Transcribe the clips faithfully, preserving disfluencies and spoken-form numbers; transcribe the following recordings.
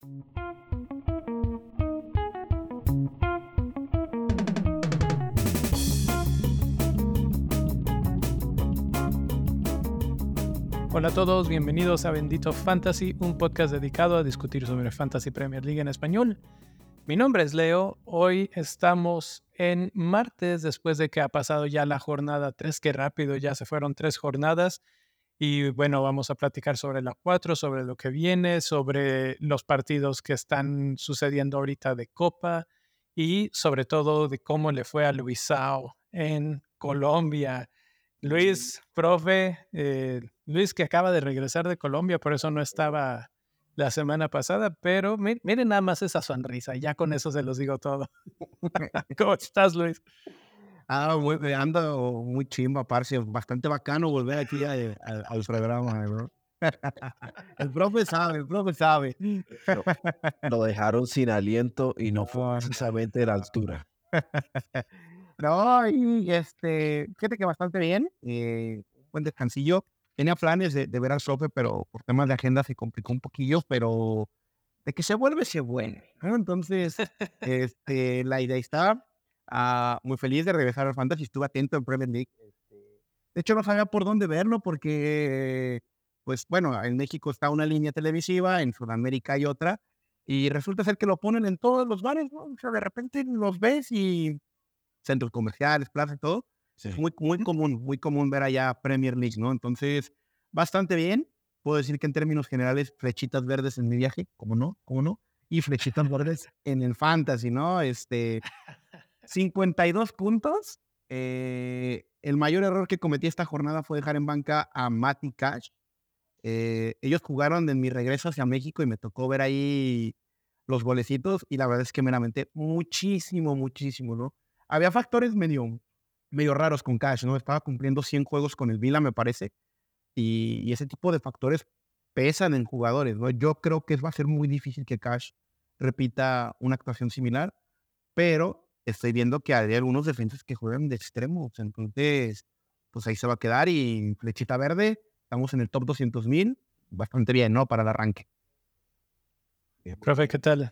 Hola a todos, bienvenidos a Bendito Fantasy, un podcast dedicado a discutir sobre Fantasy Premier League en español. Mi nombre es Leo, hoy estamos en martes después de que ha pasado ya la jornada tres, que rápido ya se fueron tres jornadas. Y bueno, vamos a platicar sobre la cuatro, sobre lo que viene, sobre los partidos que están sucediendo ahorita de Copa y sobre todo de cómo le fue a Luisao en Colombia. Luis, profe, eh, Luis que acaba de regresar de Colombia, por eso no estaba la semana pasada, pero mi, miren nada más esa sonrisa, ya con eso se los digo todo. ¿Cómo estás, Luis? Ah, muy, ando muy chimba, parce, bastante bacano volver aquí a, a, al programa, bro. El profe sabe, el profe sabe. Lo, lo dejaron sin aliento y no fue precisamente de la altura. No, y este, fíjate que bastante bien, eh, un buen descansillo. Tenía planes de, de ver al profe, pero por temas de agenda se complicó un poquillo, pero de que se vuelve, se vuelve, ¿no? Entonces, este, la idea está uh, muy feliz de regresar al Fantasy. Estuve atento en Premier League. Este, de hecho, no sabía por dónde verlo porque, pues, bueno, en México está una línea televisiva, en Sudamérica hay otra, y resulta ser que lo ponen en todos los bares, ¿no? O sea, de repente los ves y centros comerciales, plazas, todo. Sí. Es muy, muy común, muy común ver allá Premier League, ¿no? Entonces, bastante bien. Puedo decir que en términos generales, flechitas verdes en mi viaje, ¿cómo no? ¿Cómo no? Y flechitas verdes en el Fantasy, ¿no? Este, cincuenta y dos puntos. Eh, el mayor error que cometí esta jornada fue dejar en banca a Matty Cash. Eh, ellos jugaron en mi regreso hacia México y me tocó ver ahí los golecitos y la verdad es que me lamenté muchísimo, muchísimo, ¿no? Había factores medio, medio raros con Cash, ¿no? Estaba cumpliendo cien juegos con el Vila, me parece. Y, y ese tipo de factores pesan en jugadores, ¿no? Yo creo que va a ser muy difícil que Cash repita una actuación similar, pero estoy viendo que hay algunos defensas que juegan de extremos, entonces, pues ahí se va a quedar y flechita verde, estamos en el top doscientos mil, bastante bien, ¿no? Para el arranque. Profe, ¿qué tal?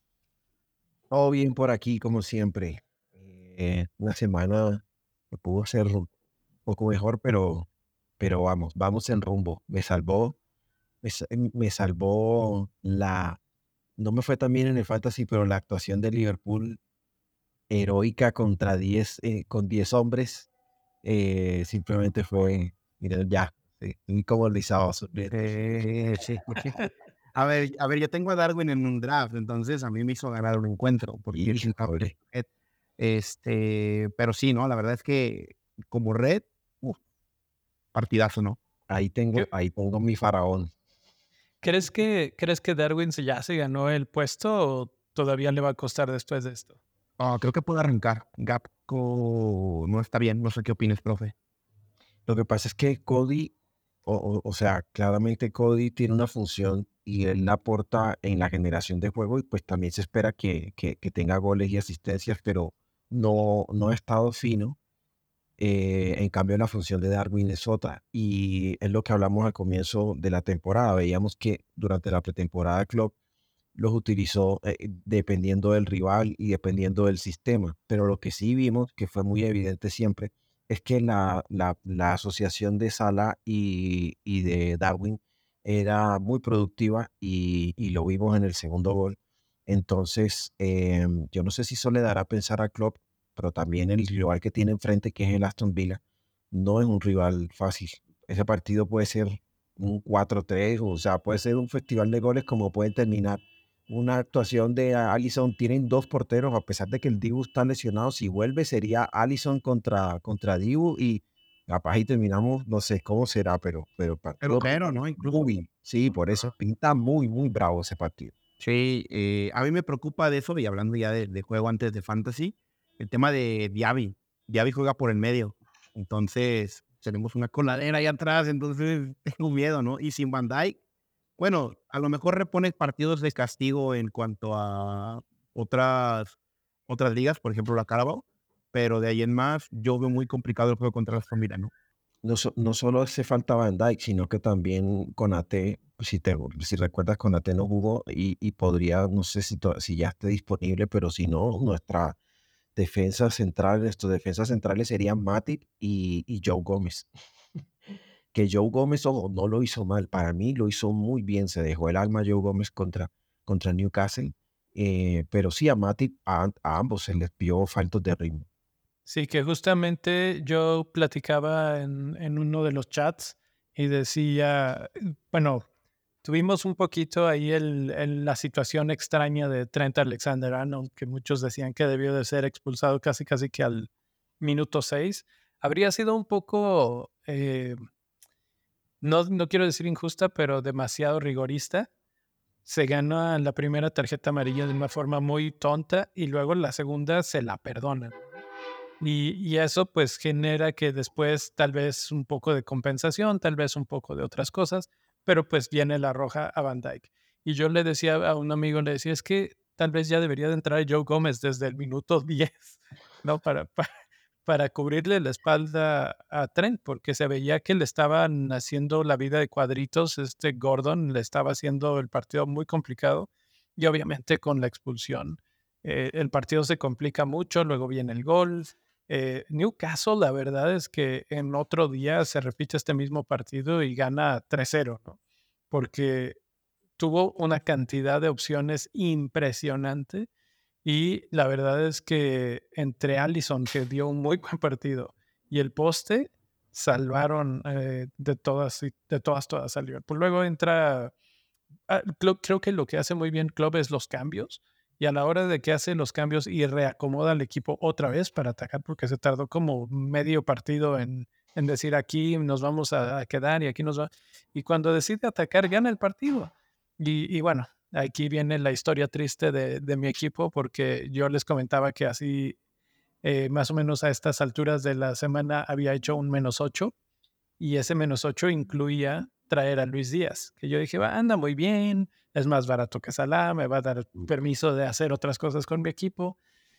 Todo bien por aquí, como siempre. Eh, una semana que pudo ser un poco mejor, pero, pero vamos, vamos en rumbo. Me salvó, me, me salvó la, no me fue tan bien en el Fantasy, pero la actuación de Liverpool heroica contra diez, eh, con diez hombres, eh, simplemente fue, miren, ya, sí, muy como Lizao. Eh, sí. A ver, a ver, yo tengo a Darwin en un draft, entonces a mí me hizo ganar un encuentro, porque Híjole. este, pero sí, ¿no? La verdad es que como red, uf, partidazo, ¿no? Ahí tengo, ¿Qué? ahí pongo mi faraón. ¿Crees que, ¿Crees que Darwin ya se ganó el puesto o todavía le va a costar después de esto? Oh, creo que puede arrancar. Gapco no está bien, no sé qué opines, profe. Lo que pasa es que Cody, o, o, o sea, claramente Cody tiene una función y él la aporta en la generación de juego y pues también se espera que, que, que tenga goles y asistencias, pero no, no ha estado fino. Eh, en cambio, la función de Darwin es otra y es lo que hablamos al comienzo de la temporada. Veíamos que durante la pretemporada Klopp los utilizó eh, dependiendo del rival y dependiendo del sistema, pero lo que sí vimos, que fue muy evidente siempre, es que la, la, la asociación de Salah y, y de Darwin era muy productiva y, y lo vimos en el segundo gol. Entonces, eh, yo no sé si eso le dará a pensar a Klopp, pero también el rival que tiene enfrente, que es el Aston Villa, no es un rival fácil. Ese partido puede ser un cuatro tres, o sea, puede ser un festival de goles como puede terminar una actuación de Alisson. Tienen dos porteros, a pesar de que el Dibu está lesionado. Si vuelve, sería Alisson contra, contra Dibu y capaz y terminamos, no sé cómo será, pero pero, Pero, pero ¿no? Incluso. Muy, sí, por eso pinta muy, muy bravo ese partido. Sí, eh, a mí me preocupa de eso, y hablando ya de, de juego antes de Fantasy, el tema de Diaby. Diaby juega por el medio, entonces tenemos una coladera ahí atrás, entonces tengo miedo, ¿no? Y sin Van Dijk, bueno, a lo mejor repone partidos de castigo en cuanto a otras, otras ligas, por ejemplo la Carabao, pero de ahí en más yo veo muy complicado el juego contra la familia, ¿no? no, so- no solo hace falta Van Dijk, sino que también Konate, si, te, si recuerdas, Konate no jugó y, y podría, no sé si, to- si ya esté disponible, pero si no, nuestra defensa central, nuestros defensas centrales serían Matip y, y Joe Gómez. Que Joe Gómez, ojo, no lo hizo mal, para mí lo hizo muy bien, se dejó el alma Joe Gómez contra, contra Newcastle, eh, pero sí a Matip, a, a ambos se les vio faltos de ritmo. Sí, que justamente yo platicaba en, en uno de los chats y decía, bueno, tuvimos un poquito ahí el, el- la situación extraña de Trent Alexander-Arnold, que muchos decían que debió de ser expulsado casi casi que al minuto seis. Habría sido un poco, eh, no, no quiero decir injusta, pero demasiado rigorista. Se gana la primera tarjeta amarilla de una forma muy tonta y luego la segunda se la perdonan. Y, y eso pues genera que después tal vez un poco de compensación, tal vez un poco de otras cosas, pero pues viene la roja a Van Dijk. Y yo le decía a un amigo, le decía, es que tal vez ya debería de entrar Joe Gómez desde el minuto diez, ¿no? Para, para, para cubrirle la espalda a Trent, porque se veía que le estaban haciendo la vida de cuadritos, este Gordon le estaba haciendo el partido muy complicado y obviamente con la expulsión eh, el partido se complica mucho, luego viene el gol. Eh, Newcastle, la verdad es que en otro día se repite este mismo partido y gana tres cero, ¿no? Porque tuvo una cantidad de opciones impresionante y la verdad es que entre Allison, que dio un muy buen partido, y el poste, salvaron eh, de todas, y- de todas, todas al Liverpool. Luego entra ah, Klopp- creo que lo que hace muy bien Klopp es los cambios. Y a la hora de que hace los cambios y reacomoda al equipo otra vez para atacar, porque se tardó como medio partido en, en decir aquí nos vamos a, a quedar y aquí nos va. Y cuando decide atacar, gana el partido. Y, y bueno, aquí viene la historia triste de, de mi equipo, porque yo les comentaba que así, eh, más o menos a estas alturas de la semana, había hecho un menos ocho y ese menos ocho incluía traer a Luis Díaz, que yo dije, "Va, anda muy bien, es más barato que Salah, me va a dar permiso de hacer otras cosas con mi equipo".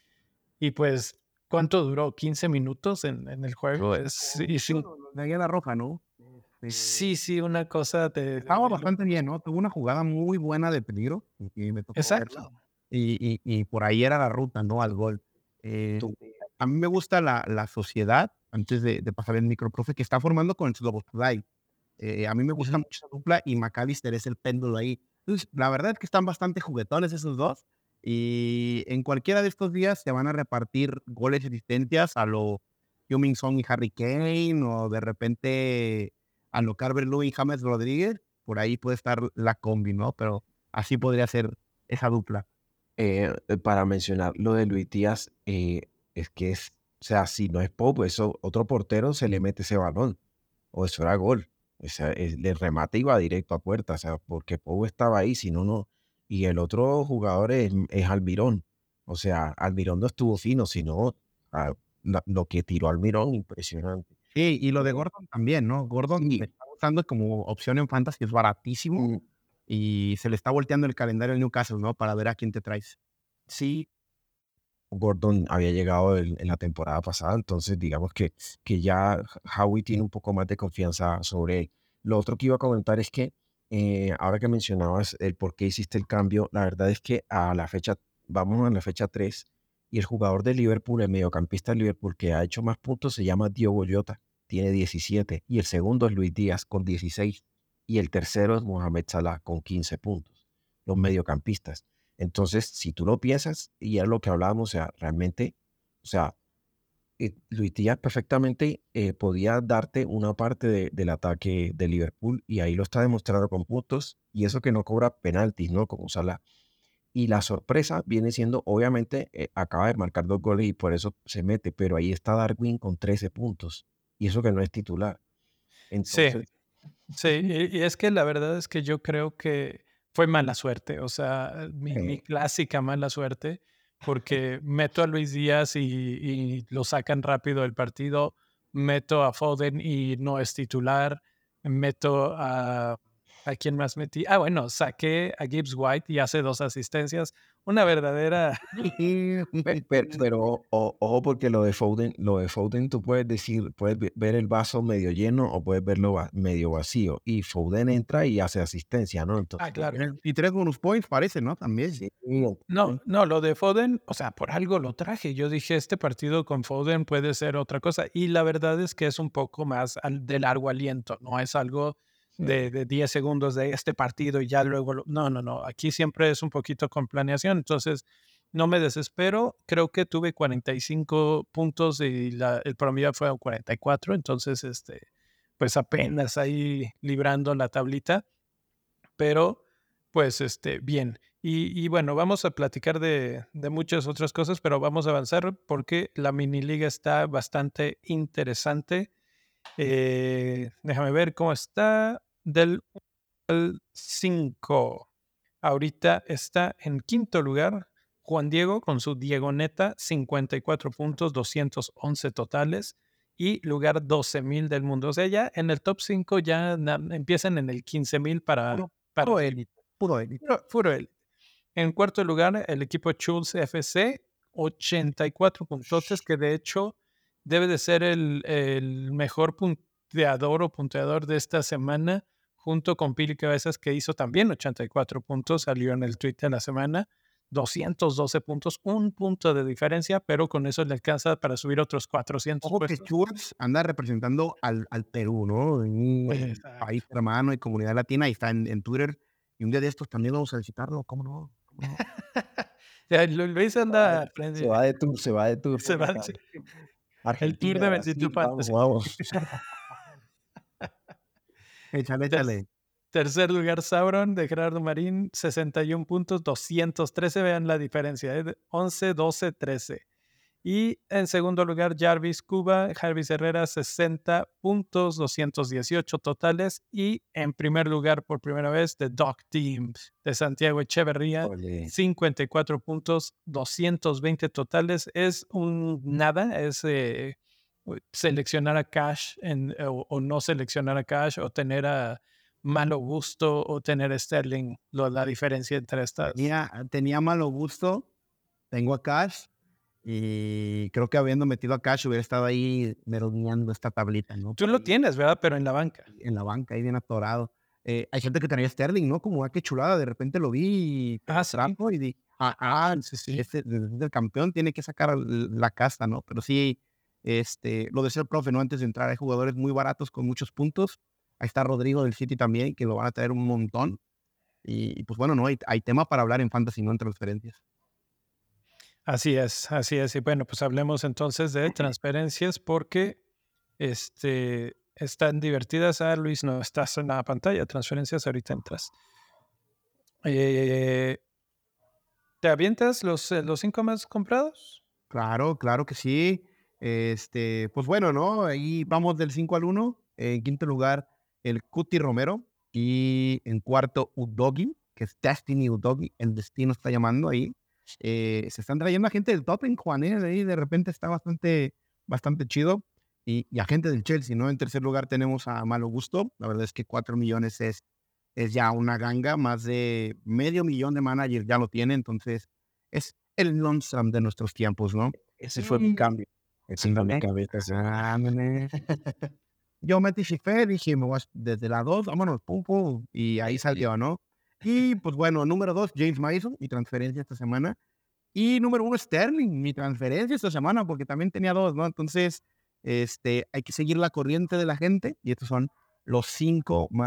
Y pues, ¿cuánto duró? ¿quince minutos en, en el juego? Es, y No, sin- no, no, de ahí a la roja, ¿no? Este, sí, sí, una cosa de, de- estaba de lo- bastante bien, ¿no? Tuvo una jugada muy buena de peligro y y me tocó verla. Exacto. Y, y, y por ahí era la ruta, ¿no? Al gol. Eh, a mí me gusta la, la sociedad, antes de, de pasar el micro, profe, que está formando con el Sloboslai. Eh, a mí me gusta Ujú. mucho esa dupla y McAllister es el péndulo ahí. Entonces, la verdad es que están bastante juguetones esos dos. Y en cualquiera de estos días se van a repartir goles y asistencias a lo Heung-min Son y Harry Kane, o de repente a lo Calvert-Lewin y James Rodríguez. Por ahí puede estar la combi, ¿no? Pero así podría ser esa dupla. Eh, eh, para mencionar lo de Luis Díaz, eh, es que es, o sea, si no es Pope, eso, otro portero se le mete ese balón, o eso era gol. O sea, es- el remate iba directo a puerta, o sea, porque Pope estaba ahí, si no, no. Y el otro jugador es, es Almirón. O sea, Almirón no estuvo fino, sino ah, la- lo que tiró Almirón, impresionante. Sí, y lo de Eh, Gordon también, ¿no? Gordon me sí, está usando como opción en fantasy, es baratísimo mm, y se le está volteando el calendario al Newcastle, ¿no? Para ver a quién te traes. sí, Gordon había llegado en, en la temporada pasada, entonces digamos que, que ya Howie tiene un poco más de confianza sobre él. Lo otro que iba a comentar es que eh, ahora que mencionabas el por qué hiciste el cambio, la verdad es que a la fecha, vamos a la fecha tres y el jugador de Liverpool, el mediocampista de Liverpool que ha hecho más puntos se llama Diogo Jota, tiene diecisiete y el segundo es Luis Díaz con dieciséis y el tercero es Mohamed Salah con quince puntos, los mediocampistas. Entonces, si tú lo piensas, y es lo que hablábamos, o sea, realmente, o sea, eh, Luis Díaz perfectamente eh, podía darte una parte de- del ataque de Liverpool y ahí lo está demostrando con puntos y eso que no cobra penaltis, ¿no? Como Salah. Y la sorpresa viene siendo, obviamente, eh, acaba de marcar dos goles y por eso se mete, pero ahí está Darwin con trece puntos y eso que no es titular. Sí, Entonces, sí, y, y es que la verdad es que yo creo que fue mala suerte, o sea, mi, mi eh, clásica mala suerte, porque meto a Luis Díaz y, y lo sacan rápido del partido, meto a Foden y no es titular, meto a, ¿A quién más metí? Ah, bueno, saqué a Gibbs White y hace dos asistencias. Una verdadera... Pe- Pero, pero o- o- ojo porque lo de Foden, lo de Foden tú puedes decir, puedes ve- ver el vaso medio lleno o puedes verlo va- medio vacío. Y Foden entra y hace asistencia, ¿no? Ah, Entonces, claro. Y tres bonus points parece, ¿no? También. sí, No, no, lo de Foden, o sea, por algo lo traje. Yo dije, este partido con Foden puede ser otra cosa. Y la verdad es que es un poco más al- de largo aliento, no es algo sí. de, de diez segundos de este partido y ya luego... lo- no, no, no. Aquí siempre es un poquito con planeación. Entonces, no me desespero. Creo que tuve cuarenta y cinco puntos y la- el promedio fue cuarenta y cuatro. Entonces, este, pues apenas ahí librando la tablita. Pero, pues, este, bien. Y, y bueno, vamos a platicar de, de muchas otras cosas, pero vamos a avanzar porque la mini liga está bastante interesante. Eh, déjame ver cómo está. Del cinco. Ahorita está en quinto lugar Juan Diego con su Diego Neta, cincuenta y cuatro puntos, doscientos once totales y lugar doce mil del mundo. O sea, ya en el top cinco ya na- empiezan en el quince mil para, Puro, para puro arriba. élite, puro élite. Puro- puro élite. En cuarto lugar, el equipo Chulz F C, ochenta y cuatro puntotes, que de hecho debe de ser el, el mejor punteador o punteador de esta semana, junto con Pili Cabezas, que hizo también ochenta y cuatro puntos, salió en el tweet de la semana, doscientos doce puntos, un punto de diferencia, pero con eso le alcanza para subir otros cuatrocientos Ojo que puestos. Schwartz anda representando al, al Perú, ¿no? Un Exacto. país hermano y comunidad latina y está en, en Twitter. Y un día de estos también vamos a visitarlo, ¿cómo no? ¿Cómo no? Ya, Lu- Luis anda, Se va de tour, se va de tour. se por va- acá. sí, el Argentina, tour de Bendito Brasil, vamos, Fantasy. vamos. Échale, Ter- échale. Tercer lugar, Sauron de Gerardo Marín, sesenta y uno puntos, doscientos trece. Vean la diferencia, ¿eh? De once, doce, trece. Y en segundo lugar, Jarvis Cuba, Jarvis Herrera, sesenta puntos, doscientos dieciocho totales. Y en primer lugar, por primera vez, The Dog Team de Santiago Echeverría, Ole. cincuenta y cuatro puntos, doscientos veinte totales. Es un nada, es eh, seleccionar a Cash en, o, o no seleccionar a Cash o tener a Malo Gusto o tener a Sterling, lo, la diferencia entre estas. Tenía, tenía malo gusto, tengo a Cash y creo que habiendo metido a Cash hubiera estado ahí merodeando esta tablita, ¿no? Tú Por lo ahí, tienes, ¿verdad? Pero en la banca. en la banca, ahí bien atorado. Eh, hay gente que tenía Sterling, ¿no? Como, ah, qué chulada, de repente lo vi y Ah, sí. trajo y di, ah, ah, Sí, sí. este, es el campeón, tiene que sacar l- la casta, ¿no? Pero sí, este, lo decía el profe, ¿no? Antes de entrar, hay jugadores muy baratos con muchos puntos. Ahí está Rodrigo del City también, que lo van a traer un montón. Y, y pues bueno, no hay, hay tema para hablar en fantasy, no en transferencias. Así es, así es. Y bueno, pues hablemos entonces de transferencias porque este, están divertidas. Ah, Luis, no estás en la pantalla. Transferencias, ahorita entras. Eh, ¿Te avientas los, eh, los cinco más comprados? Claro, claro que sí. Este, pues bueno, ¿no? Ahí vamos del cinco al uno. En quinto lugar, el Cuti Romero. Y en cuarto, Udogi, que es Destiny Udogi. El destino está llamando ahí. Eh, se están trayendo a gente del Tottenham, Juan, ¿eh? Ahí de repente está bastante, bastante chido. Y, y a gente del Chelsea, ¿no? En tercer lugar tenemos a Malo Gusto. La verdad es que cuatro millones es, es ya una ganga. Más de medio millón de managers ya lo tiene. Entonces, es el Lundstram de nuestros tiempos, ¿no? Ese fue mi cambio. Ese fue mi cabeza. Ándale. Yo metí Shifé, dije, me voy a- desde la dos, vámonos, pum, pum, y ahí salió, ¿no? Y pues bueno, número dos, James Mason, mi transferencia esta semana. Y número uno, Sterling, mi transferencia esta semana, porque también tenía dos, ¿no? Entonces, este, hay que seguir la corriente de la gente, y estos son los cinco más.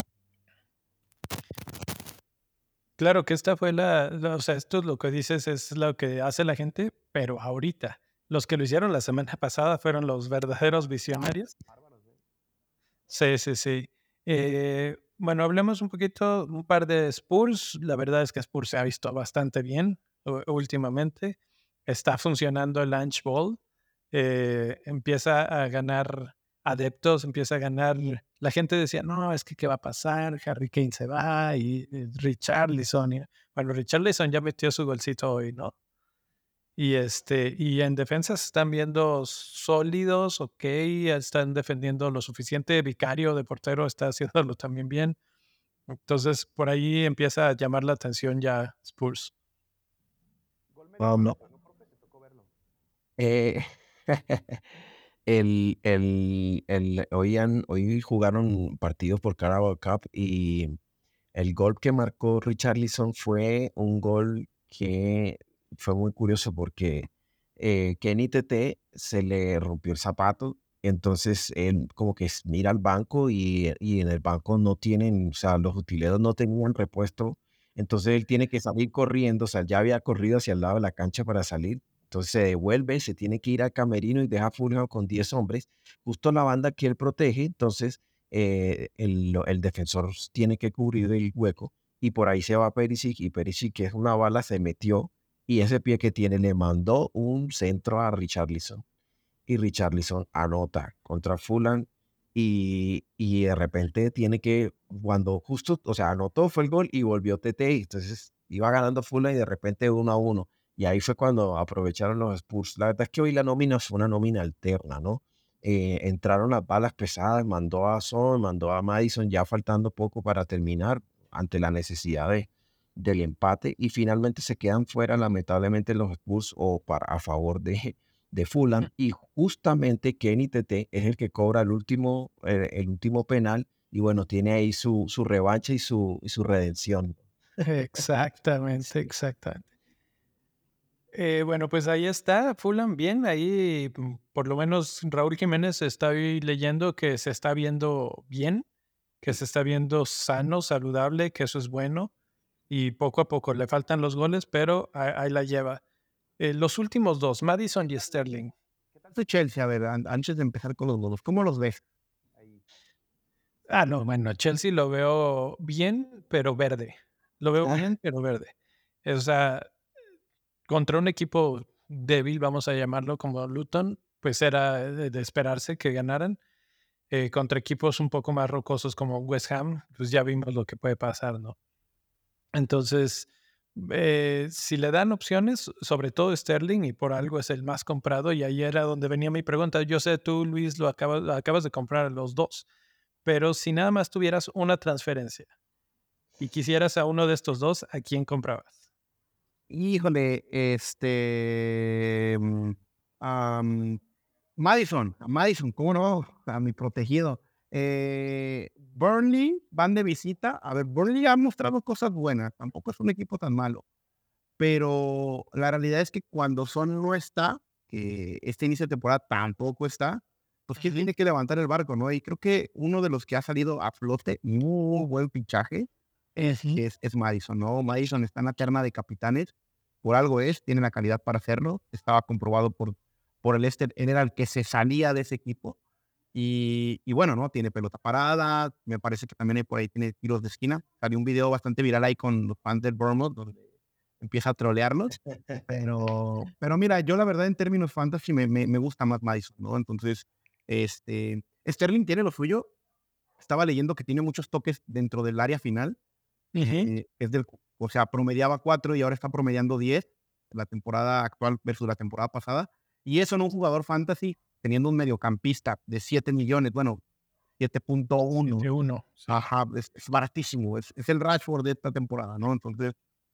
Claro que esta fue la, la- o sea, esto es lo que dices, es lo que hace la gente, pero ahorita. Los que lo hicieron la semana pasada fueron los verdaderos visionarios. Sí, sí, sí. Eh, bueno, hablemos un poquito, un par de Spurs. La verdad es que Spurs se ha visto bastante bien u- últimamente. Está funcionando el Lunch Ball. Eh, empieza a ganar adeptos, empieza a ganar. La gente decía, no, es que ¿qué va a pasar? Harry Kane se va y, y Richarlison. y- Bueno, Richarlison ya metió su golcito hoy, ¿no? Y este, y en defensa se están viendo sólidos, ok, están defendiendo lo suficiente. Vicario de portero está haciéndolo también bien. Entonces, por ahí empieza a llamar la atención ya Spurs. Um, no. Eh, el, el, el, hoy, han- hoy jugaron partidos por Carabao Cup y el gol que marcó Richarlison fue un gol que fue muy curioso porque eh, Kenny T T se le rompió el zapato, entonces él como que s- mira al banco y, y en el banco no tienen, o sea, los utileros no tenían repuesto, entonces él tiene que salir corriendo, o sea, ya había corrido hacia el lado de la cancha para salir, entonces se devuelve, se tiene que ir al camerino y deja a Fulham con diez hombres, justo la banda que él protege, entonces eh, el, lo- el defensor tiene que cubrir el hueco y por ahí se va Perisic y Perisic, que es una bala, se metió y ese pie que tiene le mandó un centro a Richarlison y Richarlison anota contra Fulham y, y de repente tiene que, cuando justo, o sea, anotó, fue el gol y volvió T T, y entonces iba ganando Fulham y de repente uno a uno. Y ahí fue cuando aprovecharon los Spurs. La verdad es que hoy la nómina fue una nómina alterna, ¿no? Eh, entraron las balas pesadas, mandó a Son, mandó a Madison, ya faltando poco para terminar, ante la necesidad de, del empate, y finalmente se quedan fuera, lamentablemente, los Spurs o para, a favor de, de Fulham, y justamente Kenny T T es el que cobra el último, eh, el último penal, y bueno, tiene ahí su, su revancha y su, y su redención. Exactamente, Sí. exactamente. Eh, bueno, pues ahí está, Fulham bien, ahí mm, por lo menos Raúl Jiménez estoy leyendo que se está viendo bien, que se está viendo sano, saludable, que eso es bueno, y poco a poco le faltan los goles, pero ahí, ahí la lleva. Eh, los últimos dos, Madison y Sterling. ¿Qué tal tu Chelsea? A ver, an- antes de empezar con los bolos, ¿cómo los ves? Ahí. Ah, no, bueno, Chelsea lo veo bien, pero verde. Lo veo Ah, bien, pero verde. O sea, contra un equipo débil, vamos a llamarlo como Luton, pues era de, de esperarse que ganaran. Eh, contra equipos un poco más rocosos como West Ham, pues ya vimos lo que puede pasar, ¿no? Entonces, eh, si le dan opciones, sobre todo Sterling, y por algo es el más comprado, y ahí era donde venía mi pregunta. Yo sé, tú, Luis, lo acabas, lo acabas de comprar a los dos, pero si nada más tuvieras una transferencia y quisieras a uno de estos dos, ¿a quién comprabas? Híjole, este. mm, am, Madison, a Madison, ¿cómo no? A mi protegido. Eh, Burnley van de visita. A ver, Burnley ha mostrado cosas buenas. Tampoco es un equipo tan malo. Pero la realidad es que cuando Son no está, que este inicio de temporada tampoco está, pues quién Ujú. tiene que levantar el barco, ¿no? Y creo que uno de los que ha salido a flote, muy buen fichaje, es, Ujú. es, es Madison, ¿no? Madison está en la terna de capitanes, por algo es, tiene la calidad para hacerlo, estaba comprobado por, por el Leicester, él era el que se salía de ese equipo. Y, y bueno, ¿no? Tiene pelota parada, me parece que también hay por ahí tiene tiros de esquina. Salió un video bastante viral ahí con los fans del Bournemouth, donde empieza a trolearlos. Pero, pero mira, yo la verdad en términos fantasy me, me, me gusta más Madison, ¿no? Entonces, este, Sterling tiene lo suyo. Estaba leyendo que tiene muchos toques dentro del área final. Ujú. Eh, es del, o sea, promediaba cuatro y ahora está promediando diez la temporada actual versus la temporada pasada. Y eso en un jugador fantasy, teniendo un mediocampista de siete millones, bueno, siete punto uno. De uno, sí. Ajá, es, es baratísimo. Es, es el Rashford de esta temporada, ¿no? Entonces,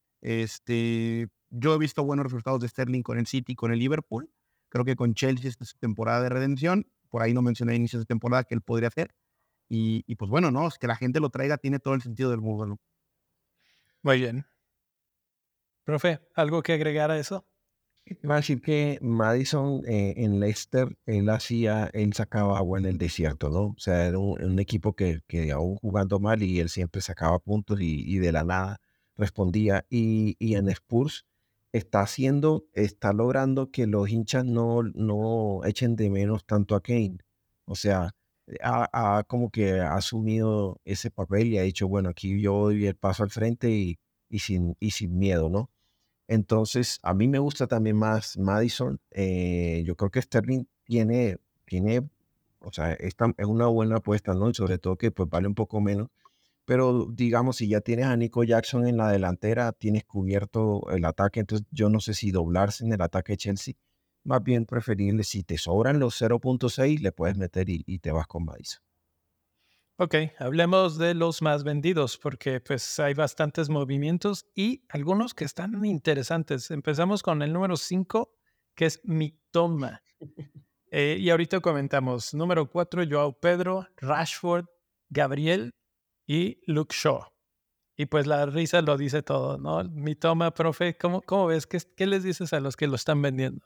este, yo he visto buenos resultados de Sterling con el City, con el Liverpool. Creo que con Chelsea esta es su temporada de redención. Por ahí no mencioné a inicios de temporada que él podría hacer. Y, y pues bueno, no, es que la gente lo traiga tiene todo el sentido del mundo, ¿no? Muy bien. Profe, ¿algo que agregar a eso? Iba a decir que Madison eh, en Leicester, él hacía, él sacaba agua en el desierto, ¿no? O sea, era un, un equipo que, que aún jugando mal y él siempre sacaba puntos y, y de la nada respondía. Y, y en Spurs está haciendo, está logrando que los hinchas no, no echen de menos tanto a Kane. O sea, ha, ha como que ha asumido ese papel y ha dicho, bueno, aquí yo doy el paso al frente y, y sin, y sin miedo, ¿no? Entonces, a mí me gusta también más Madison. Eh, yo creo que Sterling tiene, tiene, o sea, esta es una buena apuesta, ¿no? Y sobre todo que pues vale un poco menos. Pero digamos, si ya tienes a Nico Jackson en la delantera, tienes cubierto el ataque, entonces yo no sé si doblarse en el ataque de Chelsea. Más bien preferible, si te sobran los cero punto seis, le puedes meter y, y te vas con Madison. Ok, hablemos de los más vendidos porque pues hay bastantes movimientos y algunos que están interesantes. Empezamos con el número cinco, que es Mitoma. Eh, y ahorita comentamos número cuatro, Joao Pedro, Rashford, Gabriel y Luke Shaw. Y pues la risa lo dice todo, ¿no? Mitoma, profe, ¿cómo, cómo ves? ¿Qué, ¿Qué les dices a los que lo están vendiendo?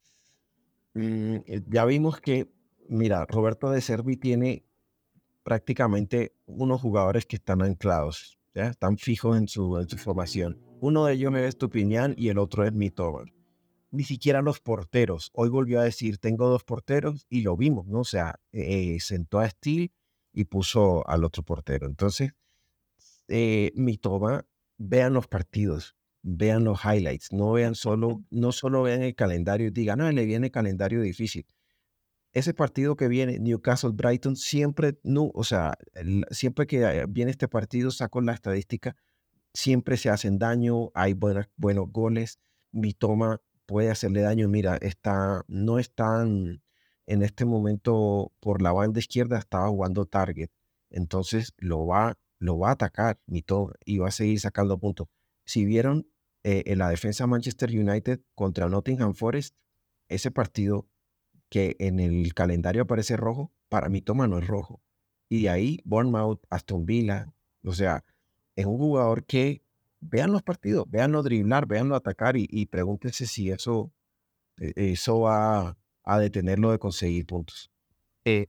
Mm, eh, ya vimos que, mira, Roberto De Zerbi tiene prácticamente unos jugadores que están anclados, ¿ya? Están fijos en su, en su formación. Uno de ellos es Estupiñán y el otro es Mitoma. Ni siquiera los porteros. Hoy volvió a decir, tengo dos porteros y lo vimos, ¿no? O sea, eh, sentó a Steele y puso al otro portero. Entonces, eh, Mitoma, vean los partidos, vean los highlights, no vean solo, no solo vean el calendario y digan, no, le viene calendario difícil. Ese partido que viene, Newcastle-Brighton, siempre, no, o sea, el- siempre que eh, viene este partido, saco la estadística, siempre se hacen daño, hay buenas, buenos goles, Mitoma puede hacerle daño, mira, está, no están en este momento por la banda izquierda, estaba jugando target, entonces lo va, lo va a atacar Mitoma y va a seguir sacando puntos. Si vieron eh, en la defensa Manchester United contra Nottingham Forest, ese partido que en el calendario aparece rojo, para Mitoma no es rojo. Y de ahí, Bournemouth, Aston Villa, o sea, es un jugador que vean los partidos, veanlo driblar, veanlo atacar y, y pregúntense si eso, eh, eso va a detenerlo de conseguir puntos. Eh,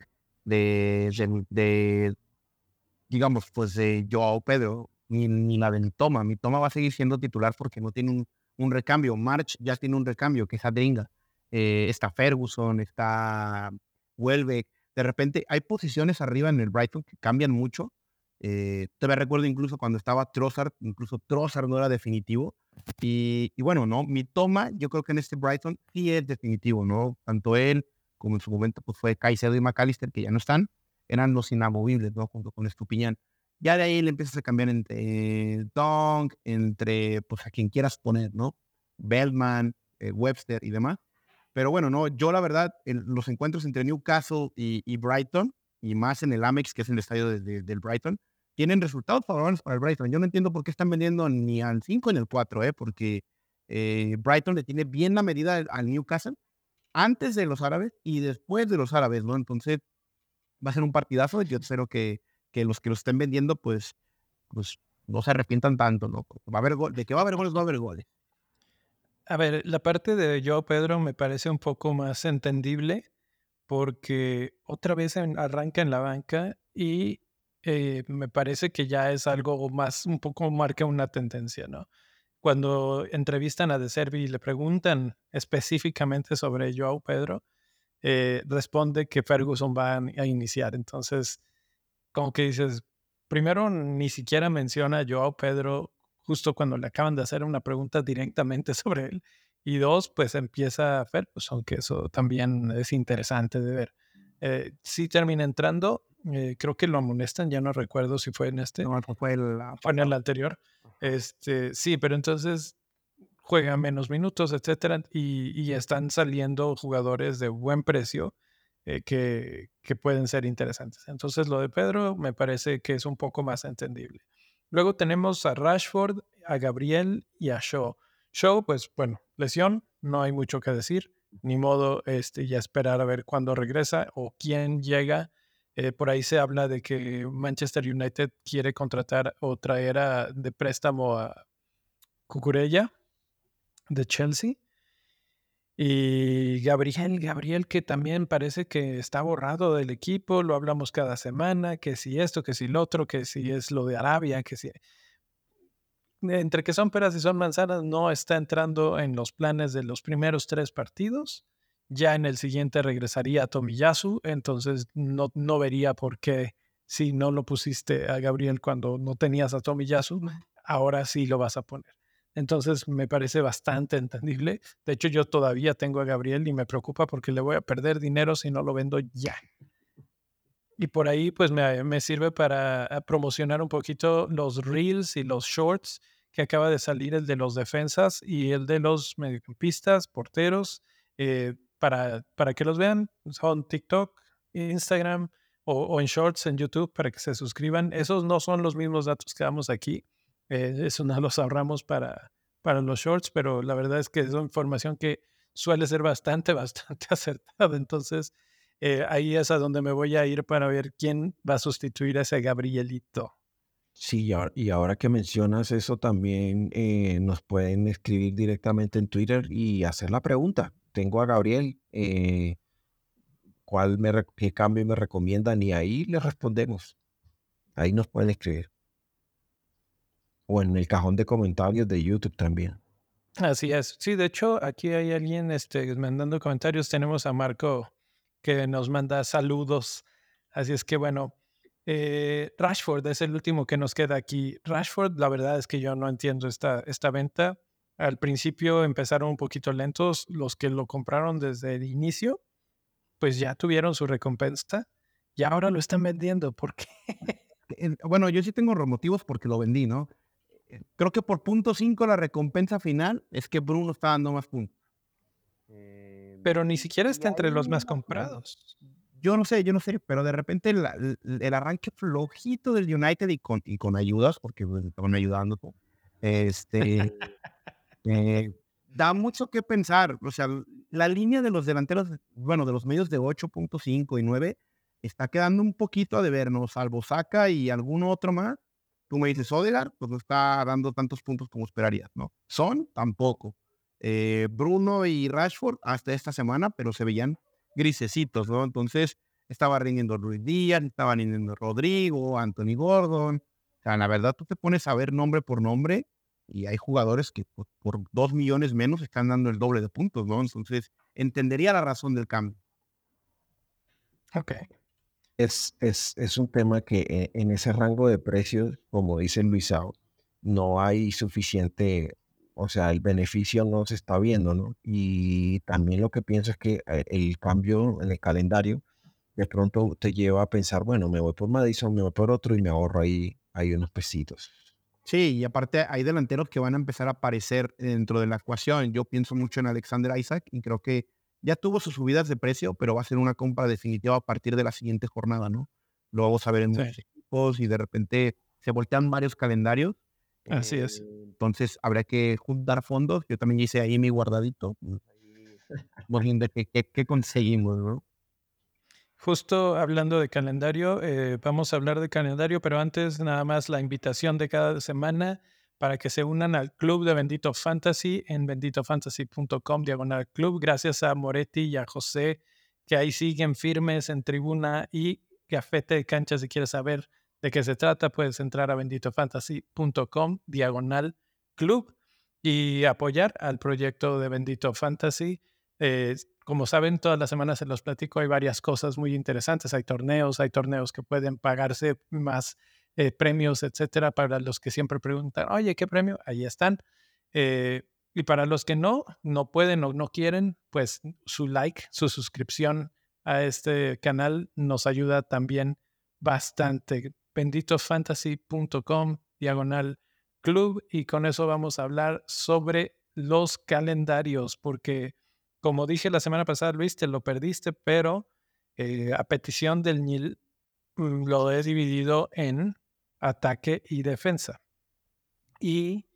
de, de, de, digamos, pues de Joao Pedro, ni, ni la de Mitoma. Mitoma va a seguir siendo titular porque no tiene un, un recambio. March ya tiene un recambio, que es Adringa. Eh, está Ferguson, está Welbeck. De repente hay posiciones arriba en el Brighton que cambian mucho. Eh, todavía recuerdo incluso cuando estaba Trossard, incluso Trossard no era definitivo. Y, y bueno, ¿no? Mitoma, yo creo que en este Brighton sí es definitivo, ¿no? Tanto él como en su momento pues fue Caicedo y McAllister, que ya no están, eran los inamovibles, ¿no? Junto con Estupiñán. Ya de ahí le empiezas a cambiar entre Dunk, entre, pues, a quien quieras poner, ¿no? Bellman, eh, Webster y demás. Pero bueno, no, yo la verdad, en los encuentros entre Newcastle y, y Brighton, y más en el Amex, que es el estadio de, de, del Brighton, tienen resultados favorables para el Brighton. Yo no entiendo por qué están vendiendo ni al cinco ni al cuatro, ¿eh? Porque eh, Brighton le tiene bien la medida al Newcastle antes de los árabes y después de los árabes, ¿no? Entonces va a ser un partidazo. Yo espero que, que los que lo estén vendiendo, pues, pues no se arrepientan tanto, ¿no? Porque va a haber gol, de que va a haber goles, va a haber goles. A ver, la parte de Joao Pedro me parece un poco más entendible porque otra vez en- arranca en la banca y eh, me parece que ya es algo más, un poco marca una tendencia, ¿no? Cuando entrevistan a De Zerbi y le preguntan específicamente sobre Joao Pedro, eh, responde que Ferguson va a, a iniciar. Entonces, como que dices, primero ni siquiera menciona a Joao Pedro justo cuando le acaban de hacer una pregunta directamente sobre él. Y dos, pues empieza Ferguson, que eso también es interesante de ver. Eh, sí termina entrando, eh, creo que lo amonestan, ya no recuerdo si fue en este, No, pues fue la fue en el pasada. anterior. Ajá. Este, sí, pero entonces juega menos minutos, etcétera, y, y están saliendo jugadores de buen precio eh, que, que pueden ser interesantes. Entonces, lo de Pedro me parece que es un poco más entendible. Luego tenemos a Rashford, a Gabriel y a Shaw. Shaw, pues bueno, lesión, no hay mucho que decir, ni modo este, ya esperar a ver cuándo regresa o quién llega. Eh, por ahí se habla de que Manchester United quiere contratar o traer a, de préstamo a Cucurella de Chelsea. Y Gabriel, Gabriel, que también parece que está borrado del equipo, lo hablamos cada semana, que si esto, que si lo otro, que si es lo de Arabia, que si... Entre que son peras y son manzanas, no está entrando en los planes de los primeros tres partidos. Ya en el siguiente regresaría a Tomiyasu, entonces no, no vería por qué si no lo pusiste a Gabriel cuando no tenías a Tomiyasu, ahora sí lo vas a poner. Entonces me parece bastante entendible. De hecho, yo todavía tengo a Gabriel y me preocupa porque le voy a perder dinero si no lo vendo ya. Y por ahí pues me, me sirve para ah, promocionar un poquito los reels y los shorts que acaba de salir, el de los defensas y el de los mediocampistas, porteros, eh, para, para que los vean. Son TikTok, Instagram, o, o en Shorts en YouTube para que se suscriban. Esos no son los mismos datos que damos aquí. Eh, eso no los ahorramos para, para los Shorts, pero la verdad es que es información que suele ser bastante, bastante acertada. Entonces, eh, ahí es a donde me voy a ir para ver quién va a sustituir a ese Gabrielito. Sí, y ahora, y ahora que mencionas eso, también eh, nos pueden escribir directamente en Twitter y hacer la pregunta. Tengo a Gabriel, eh, ¿cuál me, re- qué cambio me recomiendan? Y ahí les respondemos. Ahí nos pueden escribir. O en el cajón de comentarios de YouTube también. Así es. Sí, de hecho, aquí hay alguien este, mandando comentarios. Tenemos a Marco que nos manda saludos. Así es que, bueno, eh, Rashford es el último que nos queda aquí. Rashford, la verdad es que yo no entiendo esta, esta venta. Al principio empezaron un poquito lentos. Los que lo compraron desde el inicio, pues ya tuvieron su recompensa y ahora lo están vendiendo. ¿Por qué? Eh, Bueno, yo sí tengo motivos porque lo vendí, ¿no? Eh, Creo que por punto cinco la recompensa final es que Bruno está dando más puntos. Eh, Pero ni siquiera y está entre los ahí, más bueno, comprados. yo no sé, yo no sé, pero de repente la- el, el arranque flojito del United y con, y con ayudas, porque pues, estaban ayudando, ¿no? este, eh, da mucho que pensar. O sea, la línea de los delanteros, bueno, de los medios de ocho punto cinco y nueve está quedando un poquito a deber, ¿no? Salvo Saka y algún otro más. Tú me dices, Odegaard, pues no está dando tantos puntos como esperarías, ¿no? Son, tampoco. Eh, Bruno y Rashford hasta esta semana, pero se veían grisecitos, ¿no? Entonces, estaba rindiendo Ruiz Díaz, estaba rindiendo Rodrigo, Anthony Gordon. O sea, la verdad, tú te pones a ver nombre por nombre y hay jugadores que por, por dos millones menos están dando el doble de puntos, ¿no? Entonces, entendería la razón del cambio. Ok. Es, es, es un tema que eh, en ese rango de precios, como dice Luisao, no hay suficiente, o sea, el beneficio no se está viendo, ¿no? Y también lo que pienso es que eh, el cambio en el calendario de pronto te lleva a pensar, bueno, me voy por Madison, me voy por otro y me ahorro ahí, ahí unos pesitos. Sí, y aparte hay delanteros que van a empezar a aparecer dentro de la ecuación. Yo pienso mucho en Alexander Isaac y creo que ya tuvo sus subidas de precio, pero va a ser una compra definitiva a partir de la siguiente jornada, ¿no? Lo vamos a ver en Sí, muchos equipos y de repente se voltean varios calendarios. así Eh, es. entonces habría que juntar fondos. Yo también hice ahí mi guardadito. pues, ahí Vamos viendo qué, qué- qué conseguimos, ¿no? Justo hablando de calendario, eh, vamos a hablar de calendario, pero antes nada más la invitación de cada semana para que se unan al club de Bendito Fantasy en benditofantasy punto com diagonal club. Gracias a Moretti y a José que ahí siguen firmes en tribuna y Cafete de Cancha. Si quieres saber de qué se trata, puedes entrar a benditofantasy punto com diagonal club y apoyar al proyecto de Bendito Fantasy. Eh, como saben, todas las semanas se los platico, hay varias cosas muy interesantes. Hay torneos, hay torneos que pueden pagarse más eh, premios, etcétera. Para los que siempre preguntan, oye, ¿qué premio? Ahí están. Eh, y para los que no, no pueden o no quieren, pues su like, su suscripción a este canal nos ayuda también bastante. benditofantasy punto com diagonal club, y con eso vamos a hablar sobre los calendarios, porque como dije la semana pasada, Luis, te lo perdiste, pero eh, a petición del N I L mm, lo he dividido en ataque y defensa. Y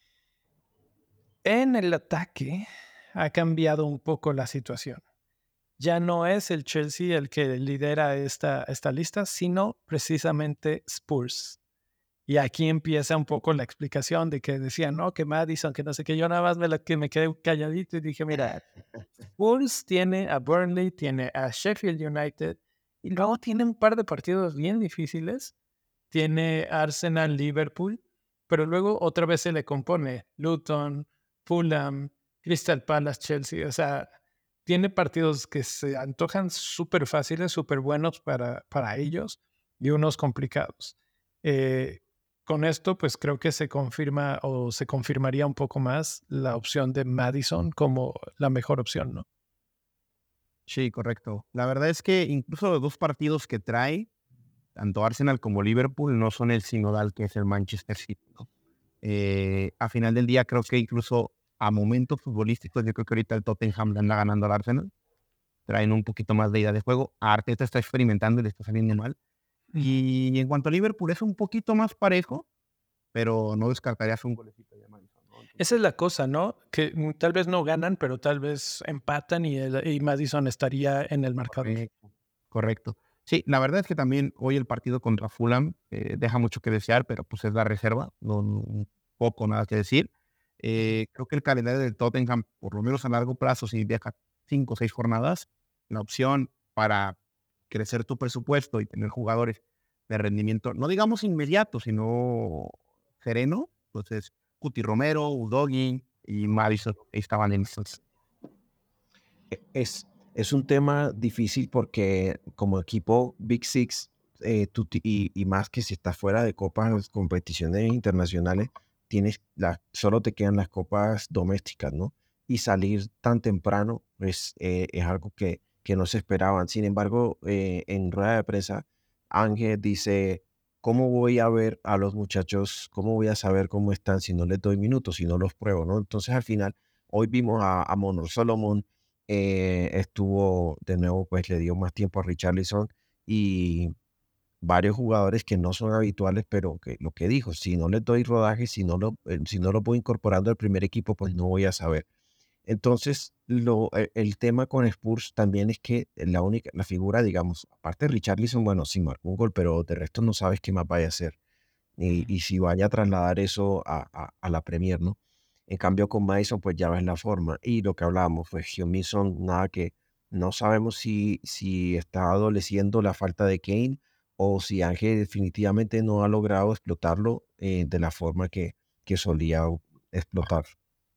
en el ataque ha cambiado un poco la situación. Ya no es el Chelsea el que lidera esta, esta lista, sino precisamente Spurs. Y aquí empieza un poco la explicación de que decían, no, que Madison, que no sé qué. Yo nada más me, la, que me quedé calladito y dije, mira, Wolves tiene a Burnley, tiene a Sheffield United y luego tiene un par de partidos bien difíciles. Tiene Arsenal, Liverpool, pero luego otra vez se le compone Luton, Fulham, Crystal Palace, Chelsea. O sea, tiene partidos que se antojan súper fáciles, súper buenos para, para ellos y unos complicados. Eh, con esto, pues creo que se confirma o se confirmaría un poco más la opción de Madison como la mejor opción, ¿no? Sí, correcto. La verdad es que incluso los dos partidos que trae, tanto Arsenal como Liverpool, no son el sinodal que es el Manchester City, ¿no? Eh, a final del día creo que incluso a momentos futbolísticos, yo creo que ahorita el Tottenham le anda ganando al Arsenal. traen un poquito más de idea de juego. Arteta está experimentando y le está saliendo mal. Y en cuanto a Liverpool, es un poquito más parejo, pero no descartarías un golecito de Madison, ¿no? Esa Entonces, es la cosa, ¿no? Que mm, tal vez no ganan, pero tal vez empatan y, el- y Madison estaría en el marcador. correcto, correcto. Sí, la verdad es que también hoy el partido contra Fulham eh, deja mucho que desear, pero pues es la reserva, no, no- un poco nada que decir. Eh, creo que el calendario del Tottenham, por lo menos a largo plazo, si deja cinco o seis jornadas, la opción para crecer tu presupuesto y tener jugadores de rendimiento, no digamos inmediato, sino sereno, entonces Cuti Romero, Udogi y Madison estaban en estos. E- Es, es un tema difícil porque como equipo Big Six, eh, tú ti- y, y más que si estás fuera de copas, competiciones internacionales, tienes la, solo te quedan las copas domésticas, ¿no? Y salir tan temprano es, eh, es algo que, que no se esperaban. Sin embargo, eh, en rueda de prensa, Ángel dice, ¿cómo voy a ver a los muchachos? ¿Cómo voy a saber cómo están si no les doy minutos, si no los pruebo, ¿no? Entonces al final, hoy vimos a, a Monor Solomon, eh, estuvo de nuevo, pues le dio más tiempo a Richarlison y varios jugadores que no son habituales, pero que lo que dijo, si no les doy rodaje, si no lo, eh, si no lo voy incorporando al primer equipo, pues no voy a saber. Entonces, lo, e- el tema con Spurs también es que la única, la figura, digamos, aparte de Richarlison, bueno, sí marcó un gol, pero de resto no sabes qué más vaya a hacer y, y si vaya a trasladar eso a, a- a la Premier, ¿no? En cambio con Mason, pues ya ves la forma. Y lo que hablábamos, pues Heung-min nada que no sabemos si, si está adoleciendo la falta de Kane o si Ángel definitivamente no ha logrado explotarlo eh, de la forma que, que solía u- explotar.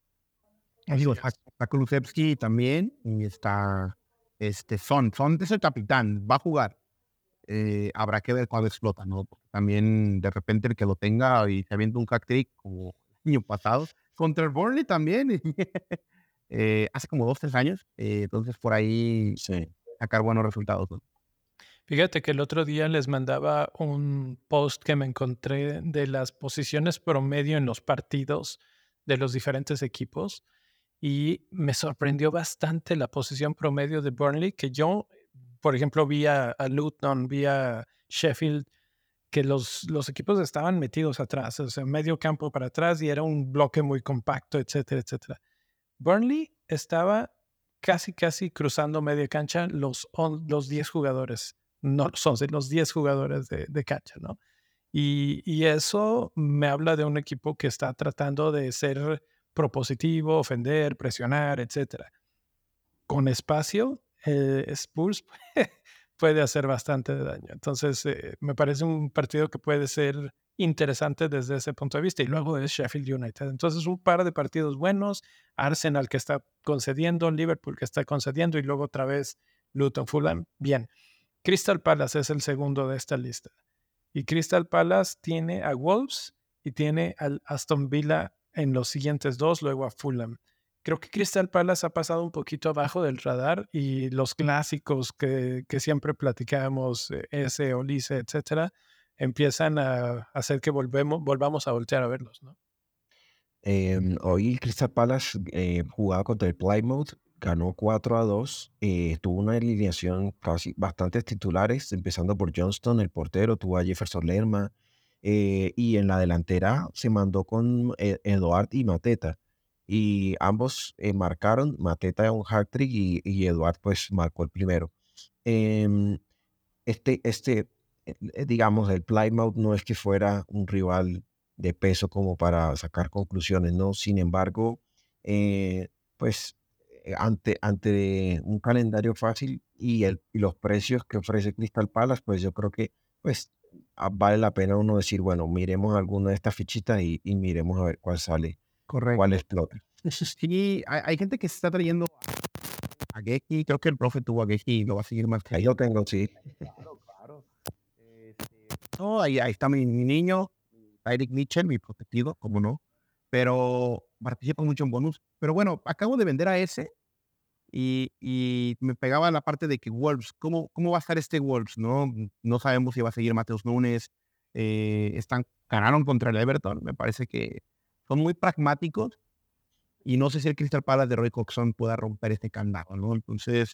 Y digo, está, está Kulusevski también y está este Son. Son es el capitán, va a jugar. Eh, habrá que ver cuándo explota, ¿no? Porque también de repente el que lo tenga y se avienta un hat-trick como el año pasado, contra el Burnley también, eh, hace como dos, tres años. Eh, entonces por ahí Sí. sacar buenos resultados, ¿no? Fíjate que el otro día les mandaba un post que me encontré de las posiciones promedio en los partidos de los diferentes equipos y me sorprendió bastante la posición promedio de Burnley, que yo, por ejemplo, vi a, a Luton, vi a Sheffield, que los, los equipos estaban metidos atrás, o sea, medio campo para atrás y era un bloque muy compacto, etcétera, etcétera. Burnley estaba casi, casi cruzando media cancha los, on- los diez jugadores, no los once, los diez jugadores de, de cancha, ¿no? Y, y eso me habla de un equipo que está tratando de ser propositivo, ofender, presionar, etcétera. Con espacio, eh, Spurs puede hacer bastante daño. Entonces, eh, me parece un partido que puede ser interesante desde ese punto de vista. Y luego es Sheffield United. Entonces, un par de partidos buenos. Arsenal que está concediendo, Liverpool que está concediendo y luego otra vez Luton, Fulham. Bien. Crystal Palace es el segundo de esta lista. Y Crystal Palace tiene a Wolves y tiene al Aston Villa en los siguientes dos, luego a Fulham. Creo que Crystal Palace ha pasado un poquito abajo del radar y los clásicos que, que siempre platicábamos, eh, ese, Olise, etcétera, empiezan a hacer que volvemos, volvamos a voltear a verlos, ¿no? Em, hoy el Crystal Palace eh, jugaba contra el Plymouth, ganó cuatro a dos, eh, tuvo una alineación casi bastantes titulares, empezando por Johnston, el portero, tuvo a Jefferson Lerma, eh, y en la delantera se mandó con eh, Eduard y Mateta, y ambos eh, marcaron, Mateta un hat-trick y, y Eduard pues marcó el primero. Em, este, este, eh, eh, digamos, el Plymouth no es que fuera un rival de peso como para sacar conclusiones, ¿no? Sin embargo, eh, pues eh, ante, ante un calendario fácil y, el, y los precios que ofrece Crystal Palace, pues yo creo que pues ah, vale la pena uno decir, bueno, miremos alguna de estas fichitas y, y miremos a ver cuál sale, cuál Correcto. explota. Sí, hay, hay gente que se está trayendo a Geki, creo que el profe tuvo a Geki y lo va a seguir más. Ahí lo tengo, sí. Claro, claro. Este, no, ahí, ahí está mi, mi niño, Tyreek Mitchell, mi protegido, como no, pero participa mucho en bonus. Pero bueno, acabo de vender a ese y, y me pegaba la parte de que Wolves, ¿cómo, cómo va a estar este Wolves? No, no sabemos si va a seguir Mateus Núñez. Eh, están, ganaron contra el Everton, me parece que son muy pragmáticos y no sé si el Crystal Palace de Roy Hodgson pueda romper este candado, ¿no? Entonces,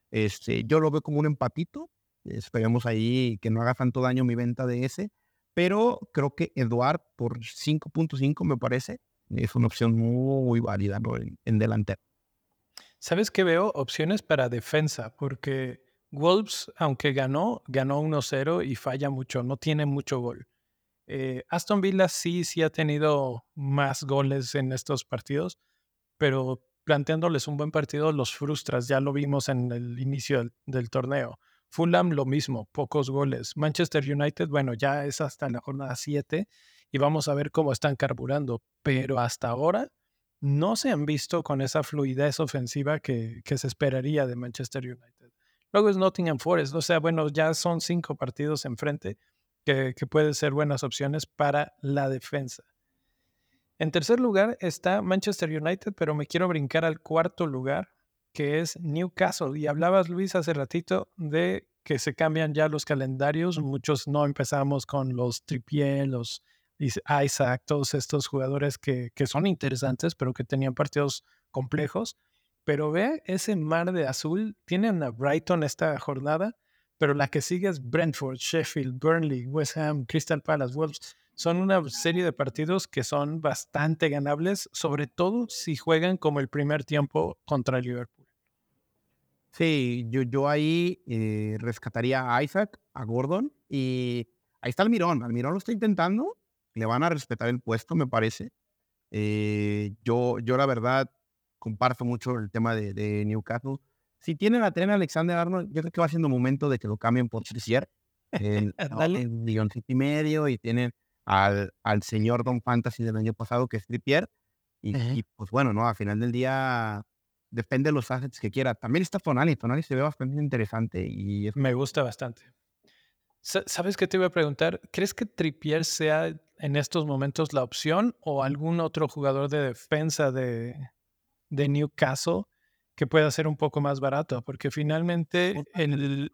Este, yo lo veo como un empatito. Esperemos ahí que no haga tanto daño mi venta de ese. Pero creo que Eduard por cinco punto cinco me parece es una opción muy válida, ¿no? en, en delantero. ¿Sabes qué veo? Opciones para defensa, porque Wolves, aunque ganó, ganó uno cero y falla mucho, no tiene mucho gol. Eh, Aston Villa sí, sí ha tenido más goles en estos partidos, pero planteándoles un buen partido los frustras, ya lo vimos en el inicio del, del torneo. Fulham lo mismo, pocos goles. Manchester United, bueno, ya es hasta la jornada siete y vamos a ver cómo están carburando, pero hasta ahora no se han visto con esa fluidez ofensiva que, que se esperaría de Manchester United. Luego es Nottingham Forest, o sea, bueno, ya son cinco partidos enfrente que, que pueden ser buenas opciones para la defensa. En tercer lugar está Manchester United, pero me quiero brincar al cuarto lugar, que es Newcastle. Y hablabas, Luis, hace ratito de que se cambian ya los calendarios. Muchos no empezamos con los Trippier, los Isaac, todos estos jugadores que, que son interesantes, pero que tenían partidos complejos. Pero ve ese mar de azul. Tienen a Brighton esta jornada, pero la que sigue es Brentford, Sheffield, Burnley, West Ham, Crystal Palace, Wolves. Son una serie de partidos que son bastante ganables, sobre todo si juegan como el primer tiempo contra el Liverpool. Sí, yo, yo ahí eh, rescataría a Isaac, a Gordon, y ahí está Almirón. Almirón lo está intentando, le van a respetar el puesto, me parece. Eh, yo, yo la verdad comparto mucho el tema de, de Newcastle. Si tienen a Trent Alexander-Arnold, yo creo que va siendo momento de que lo cambien por Trickier, el, el milloncito y medio, y tienen al, al señor Don Fantasy del año pasado, que es Trippier, y, uh-huh. y pues bueno, ¿no? Al final del día depende de los assets que quiera. También está Tonali, Tonali se ve bastante interesante. Y es... Me gusta bastante. ¿Sabes qué te iba a preguntar? ¿Crees que Trippier sea en estos momentos la opción o algún otro jugador de defensa de, de Newcastle que pueda ser un poco más barato? Porque finalmente el...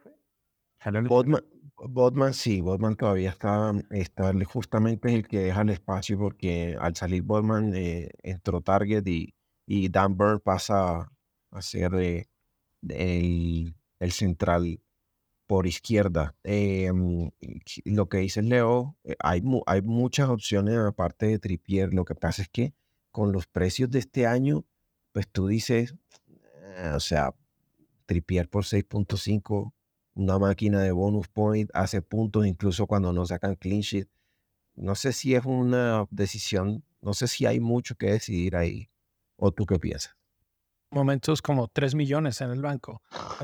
Botman, Botman sí, Botman todavía está, está justamente el que deja el espacio porque al salir Botman eh, entró Target y, y Dan Burn pasa a ser eh, el, el central por izquierda. Eh, lo que dice Leo, eh, hay, mu- hay muchas opciones aparte de Trippier. Lo que pasa es que con los precios de este año, pues tú dices, eh, o sea, Trippier por seis punto cinco, una máquina de bonus point, hace puntos incluso cuando no sacan clean sheet. No sé si es una decisión, no sé si hay mucho que decidir ahí. ¿O tú qué piensas? Momentos como tres millones en el banco.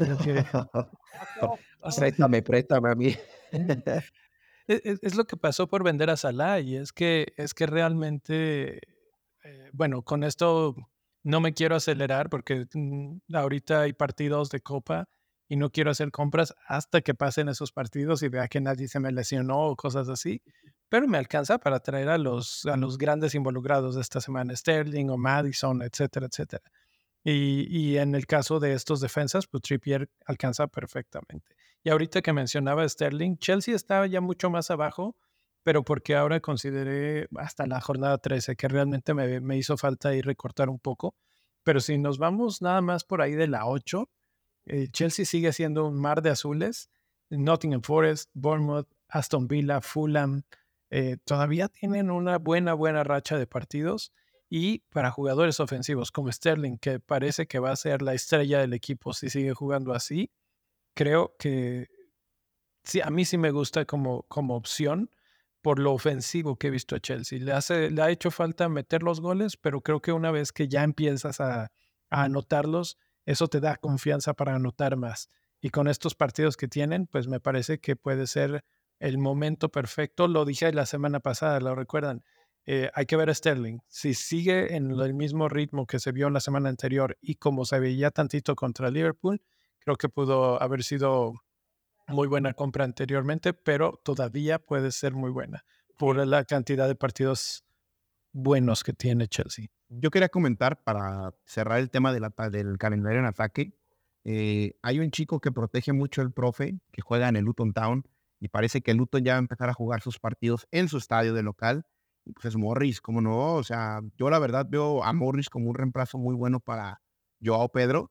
Préstame, préstame a mí. Es, es lo que pasó por vender a Salah y es que, es que realmente, eh, bueno, con esto no me quiero acelerar porque mm, ahorita hay partidos de Copa y no quiero hacer compras hasta que pasen esos partidos y vea que nadie se me lesionó o cosas así, pero me alcanza para traer a los, a los grandes involucrados de esta semana, Sterling o Maddison, etcétera, etcétera. Y, y en el caso de estos defensas, pues Trippier alcanza perfectamente. Y ahorita que mencionaba Sterling, Chelsea estaba ya mucho más abajo, pero porque ahora consideré hasta la jornada trece que realmente me, me hizo falta ir recortar un poco. Pero si nos vamos nada más por ahí de la ocho, eh, Chelsea sigue siendo un mar de azules. Nottingham Forest, Bournemouth, Aston Villa, Fulham, eh, todavía tienen una buena, buena racha de partidos. Y para jugadores ofensivos como Sterling, que parece que va a ser la estrella del equipo si sigue jugando así, creo que sí, a mí sí me gusta como, como opción por lo ofensivo que he visto a Chelsea. Le, hace, le ha hecho falta meter los goles, pero creo que una vez que ya empiezas a, a anotarlos, eso te da confianza para anotar más. Y con estos partidos que tienen, pues me parece que puede ser el momento perfecto. Lo dije la semana pasada, ¿lo recuerdan? Eh, hay que ver a Sterling. Si sigue en el mismo ritmo que se vio la semana anterior y como se veía tantito contra Liverpool, creo que pudo haber sido muy buena compra anteriormente, pero todavía puede ser muy buena por la cantidad de partidos buenos que tiene Chelsea. Yo quería comentar, para cerrar el tema de la, del calendario en ataque, eh, hay un chico que protege mucho el profe, que juega en el Luton Town, y parece que el Luton ya va a empezar a jugar sus partidos en su estadio de local. Pues es Morris, ¿cómo no? O sea, yo la verdad veo a Morris como un reemplazo muy bueno para Joao Pedro.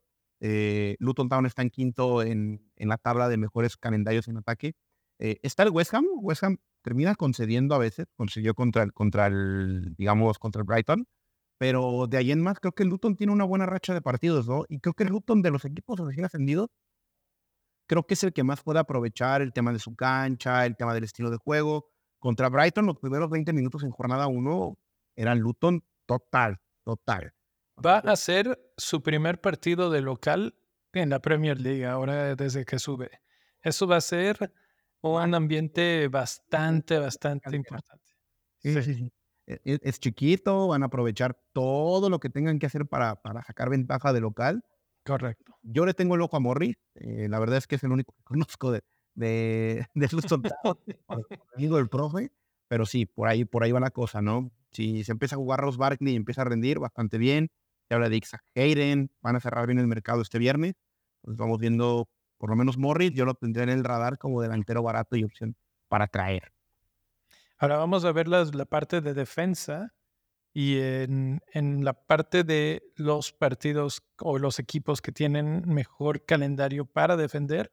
Eh, Luton Town está en quinto en, en la tabla de mejores calendarios en ataque. Eh, está el West Ham. West Ham termina concediendo a veces, concedió contra el, contra el, digamos, contra el Brighton, pero de ahí en más creo que el Luton tiene una buena racha de partidos, ¿no? Y creo que el Luton de los equipos recién ascendidos, creo que es el que más puede aprovechar el tema de su cancha, el tema del estilo de juego. Contra Brighton, los primeros veinte minutos en jornada uno eran Luton total, total. Va a ser su primer partido de local en la Premier League ahora desde que sube. Eso va a ser un ambiente bastante, bastante importante. Sí, Sí. sí, sí. E- e- Es, chiquito, van a aprovechar todo lo que tengan que hacer para, para sacar ventaja de local. Correcto. Yo le tengo el ojo a Morris. Eh, la verdad es que es el único que conozco de, de, de Luton Town, por el amigo del profe. Pero sí, por ahí, por ahí va la cosa, ¿no? Si se empieza a jugar Ross Barkley y empieza a rendir bastante bien, se habla de Isaac Hayden, van a cerrar bien el mercado este viernes. Pues vamos viendo, por lo menos Morris, yo lo tendré en el radar como delantero barato y opción para traer. Ahora vamos a ver las- la parte de defensa y en, en la parte de los partidos o los equipos que tienen mejor calendario para defender.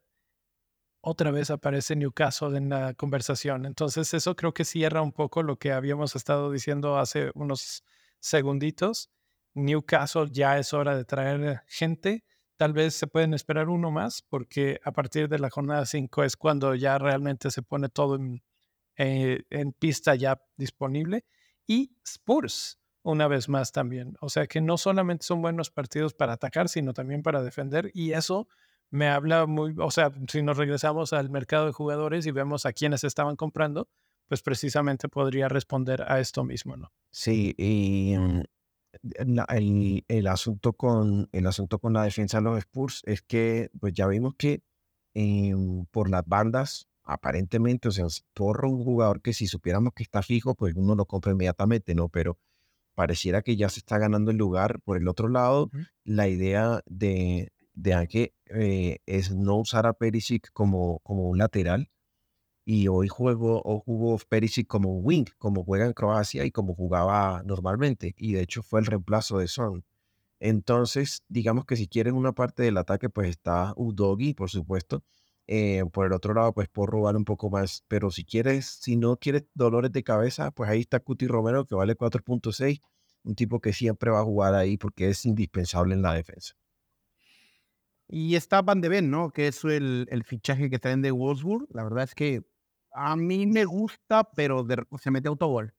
Otra vez aparece Newcastle en la conversación. Entonces eso creo que cierra un poco lo que habíamos estado diciendo hace unos segunditos. Newcastle ya es hora de traer gente. Tal vez se pueden esperar uno más porque a partir de la jornada cinco es cuando ya realmente se pone todo en, eh, en pista ya disponible. Y Spurs una vez más también. O sea que no solamente son buenos partidos para atacar, sino también para defender. Y eso me habla muy, o sea, si nos regresamos al mercado de jugadores y vemos a quienes estaban comprando, pues precisamente podría responder a esto mismo, ¿no? Sí, y mm, la- el, el asunto con, el asunto con la defensa de los Spurs es que pues ya vimos que em, por las bandas, aparentemente, o sea, es Porro un jugador que si supiéramos que está fijo, pues uno lo compra inmediatamente, ¿no? Pero pareciera que ya se está ganando el lugar. Por el otro lado, Ujú. la idea de, de Ake eh, es no usar a Perisic como, como un lateral. Y hoy juego, o jugó Perisic como un wing, como juega en Croacia y como jugaba normalmente. Y de hecho fue el reemplazo de Son. Entonces, digamos que si quieren una parte del ataque, pues está Udogi, por supuesto. Eh, por el otro lado, pues por robar un poco más. Pero si quieres, si no quieres dolores de cabeza, pues ahí está Cuti Romero, que vale cuatro punto seis. Un tipo que siempre va a jugar ahí porque es indispensable en la defensa. Y está Van de Ven, ¿no? Que es el, el fichaje que traen de Wolfsburg. La verdad es que a mí me gusta, pero de- se mete autogol.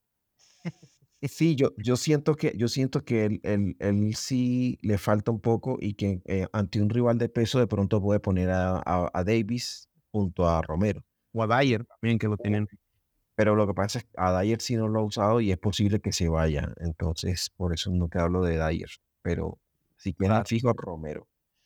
Sí, yo, yo siento que, yo siento que él, él- él sí le falta un poco y que eh, ante un rival de peso de pronto puede poner a, a- a Davis junto a Romero. O a Dyer también, que lo tienen. Pero lo que pasa es que a Dyer sí no lo ha usado y es posible que se vaya. Entonces, por eso no te hablo de Dyer. Pero si quieres Claro. fijo a Romero.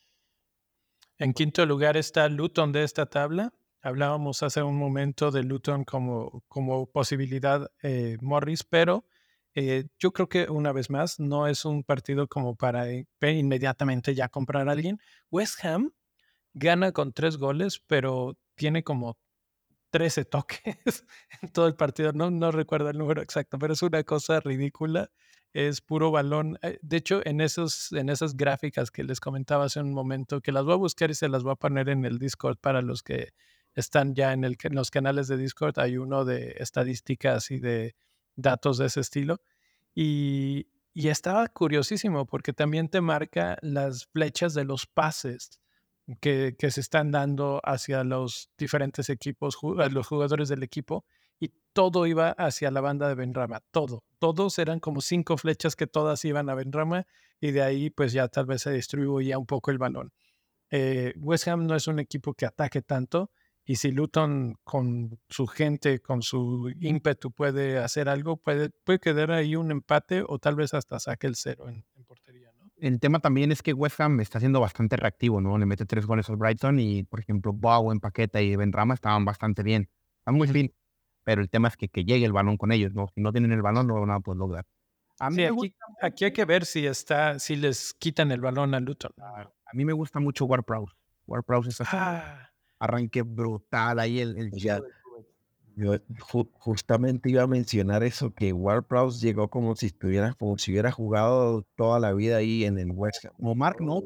En quinto lugar está Luton de esta tabla. Hablábamos hace un momento de Luton como, como posibilidad eh, Morris, pero eh, yo creo que una vez más no es un partido como para eh, inmediatamente ya comprar a alguien. West Ham gana con tres goles, pero tiene como trece toques en todo el partido. No, no recuerdo el número exacto, pero es una cosa ridícula. Es puro balón. Eh, De hecho, en, esos, en esas gráficas que les comentaba hace un momento, que las voy a buscar y se las voy a poner en el Discord para los que están ya en, el, en los canales de Discord, hay uno de estadísticas y de datos de ese estilo. Y, y estaba curiosísimo porque también te marca las flechas de los pases que, que se están dando hacia los diferentes equipos, ju- a los jugadores del equipo, y todo iba hacia la banda de Benrama, todo. Todos eran como cinco flechas que todas iban a Benrama y de ahí pues ya tal vez se distribuía un poco el balón. Eh, West Ham no es un equipo que ataque tanto y si Luton con su gente, con su ímpetu puede hacer algo, puede, puede quedar ahí un empate o tal vez hasta saque el cero en, en portería, ¿no? El tema también es que West Ham está siendo bastante reactivo, ¿no? Le mete tres goles al Brighton y, por ejemplo, Bowen, Paqueta y Benrahma estaban bastante bien. Están muy bien, pero el tema es que, que llegue el balón con ellos, ¿no? Si no tienen el balón, no van a poder lograr. A mí, Sí, me aquí, gusta, aquí hay que ver si está, si les quitan el balón a Luton. a mí me gusta mucho Ward-Prowse. Ward-Prowse está haciendo un Ah, arranque brutal ahí, el, el Ya, chico del- yo ju- justamente iba a mencionar eso, que Ward-Prowse llegó como si estuviera, como si hubiera jugado toda la vida ahí en el West Ham. como Mark Noble.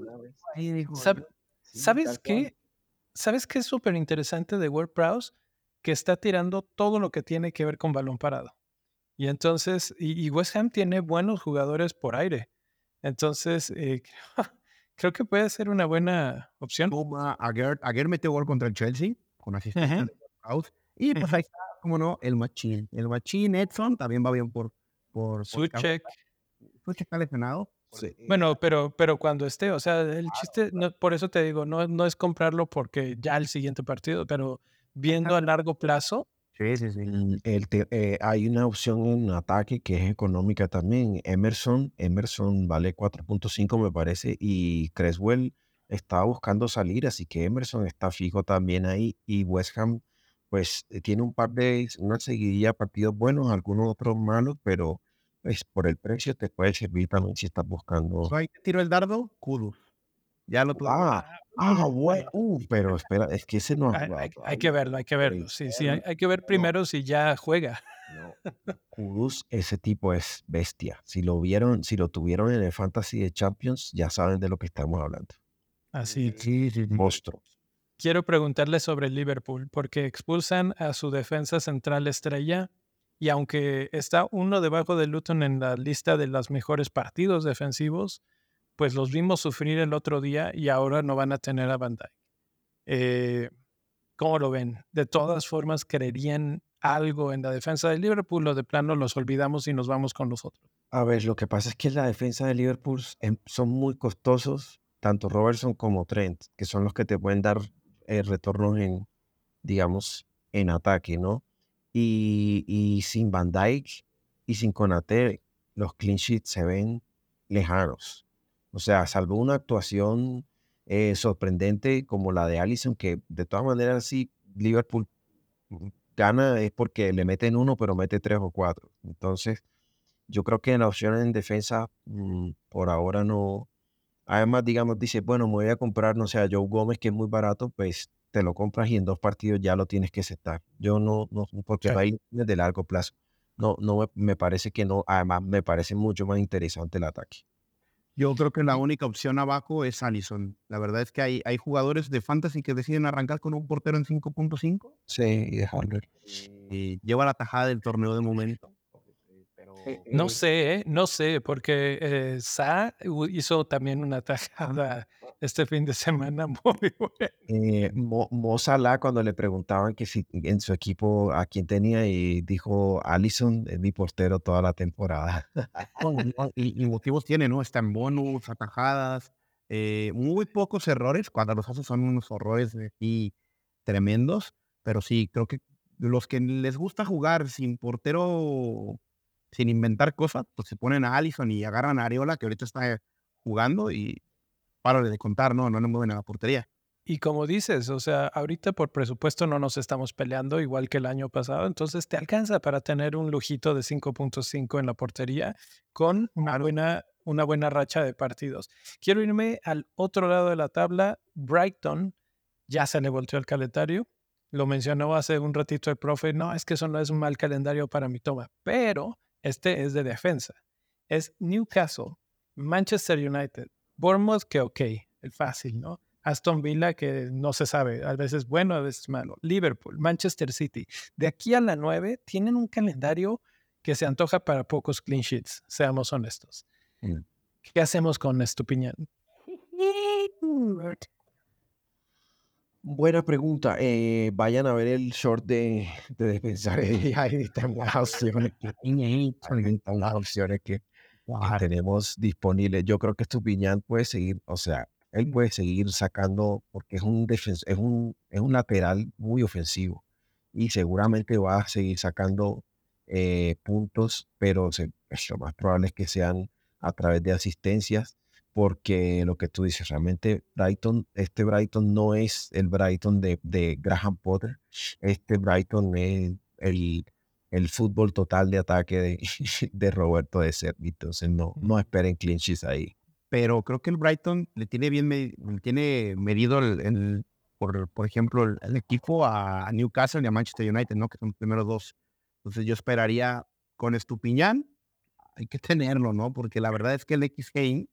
ahí dijo, ¿Sab- Sí, ¿Sabes tal cual. qué? ¿Sabes qué es súper interesante de WordPress? Que está tirando todo lo que tiene que ver con balón parado. Y entonces, y, y West Ham tiene buenos jugadores por aire. Entonces, eh, creo que puede ser una buena opción. Toma, Aguerd, Aguerd metió gol contra el Chelsea con asistencia Ujú, de House. Y pues ujú. ahí está, como no, el Machín. El Machín Edson también va bien por, por, por causa. Suchek. Suchek está lesionado. Sí. Bueno, pero, pero cuando esté, o sea, el chiste, no, por eso te digo, no, no es comprarlo porque ya el siguiente partido, pero viendo a largo plazo, Sí, sí, sí. Mm, el te- eh, hay una opción en ataque que es económica también. Emerson, Emerson vale cuatro punto cinco me parece y Creswell está buscando salir, así que Emerson está fijo también ahí y West Ham pues eh, tiene un par de, una seguidilla de partidos buenos, algunos otros malos, pero pues por el precio te puede servir también si estás buscando. So, ahí te tiro el dardo, Kudus. Ya lo tuve. Ah, ah, bueno, bueno, uh, pero espera, es que ese no ha hay, jugado hay- hay que todavía. verlo, hay que verlo. Sí, sí, hay, hay que ver No, primero si ya juega. no. Kudus, ese tipo es bestia. Si lo vieron, si lo tuvieron en el Fantasy de Champions, ya saben de lo que estamos hablando. Así es. Sí, sí, sí. Monstruo. Quiero preguntarle sobre el Liverpool, porque expulsan a su defensa central estrella y aunque está uno debajo de Luton en la lista de los mejores partidos defensivos, pues los vimos sufrir el otro día y ahora no van a tener a Van Dijk. Eh, ¿Cómo lo ven? ¿De todas formas creerían algo en la defensa del Liverpool o de plano los olvidamos y nos vamos con los otros? A ver, lo que pasa es que la defensa de Liverpool em, son muy costosos, tanto Robertson como Trent, que son los que te pueden dar eh, retornos en, digamos, en ataque, ¿no? Y, y sin Van Dijk y sin Konaté, los clean sheets se ven lejanos. O sea, salvo una actuación eh, sorprendente como la de Alisson, que de todas maneras sí, Liverpool mm, gana es porque le meten uno, pero mete tres o cuatro. Entonces, yo creo que en las opciones en defensa, mm, por ahora no. Además, digamos, dice, bueno, me voy a comprar, no sé, a Joe Gómez, que es muy barato, pues te lo compras y en dos partidos ya lo tienes que setar. Yo no, no, porque Sí. va a ir de largo plazo. No, no me, me parece que no. Además, me parece mucho más interesante el ataque. Yo creo que la única opción abajo es Alisson. La verdad es que hay, hay jugadores de fantasy que deciden arrancar con un portero en cinco punto cinco Sí, y dejarlo. y lleva la tajada del torneo de momento. Pero No sé, ¿eh? No sé, porque eh, Sa hu- hizo también una tajada este fin de semana muy buena. Eh, Mo, Mo Salah, cuando le preguntaban que si en su equipo a quién tenía, y dijo, Alisson es mi portero toda la temporada. no, no, y, y motivos tiene, ¿no? Están bonus, atajadas, eh, muy pocos errores. Cuando los hace son unos horrores de aquí tremendos. Pero sí, creo que los que les gusta jugar sin portero, sin inventar cosas, pues se ponen a Alisson y agarran a Areola, que ahorita está jugando, y párale de contar, ¿no? No le mueven a la portería. Y como dices, o sea, ahorita por presupuesto no nos estamos peleando igual que el año pasado, entonces te alcanza para tener un lujito de cinco punto cinco en la portería con una buena, una buena racha de partidos. Quiero irme al otro lado de la tabla. Brighton ya se le volteó el calendario. Lo mencionó hace un ratito el profe. No, es que eso no es un mal calendario para mi toma, pero este es de defensa. Es Newcastle, Manchester United, Bournemouth, que ok, el fácil, ¿no? Aston Villa, que no se sabe, a veces bueno, a veces malo. Liverpool, Manchester City. De aquí a la nueve tienen un calendario que se antoja para pocos clean sheets, seamos honestos. Mm. ¿Qué hacemos con Estupiñán? Buena pregunta. Eh, vayan a ver el short de, de Defensar. Ahí están las opciones que, ahí están las opciones que, que tenemos disponibles. Yo creo que Estupiñán puede seguir, o sea, él puede seguir sacando, porque es un, defens- es un, es un lateral muy ofensivo y seguramente va a seguir sacando eh, puntos, pero se- pues, lo más probable es que sean a través de asistencias, porque lo que tú dices, realmente Brighton, este Brighton no es el Brighton de, de Graham Potter, este Brighton es el, el fútbol total de ataque de, de Roberto de Servi, entonces no, no esperen clean sheets ahí. Pero creo que el Brighton le tiene bien me- le tiene medido el, el- por, por ejemplo, el, el equipo a Newcastle y a Manchester United, ¿no? Que son los primeros dos. Entonces yo esperaría con Estupiñán, hay que tenerlo, ¿no? Porque la verdad es que el X G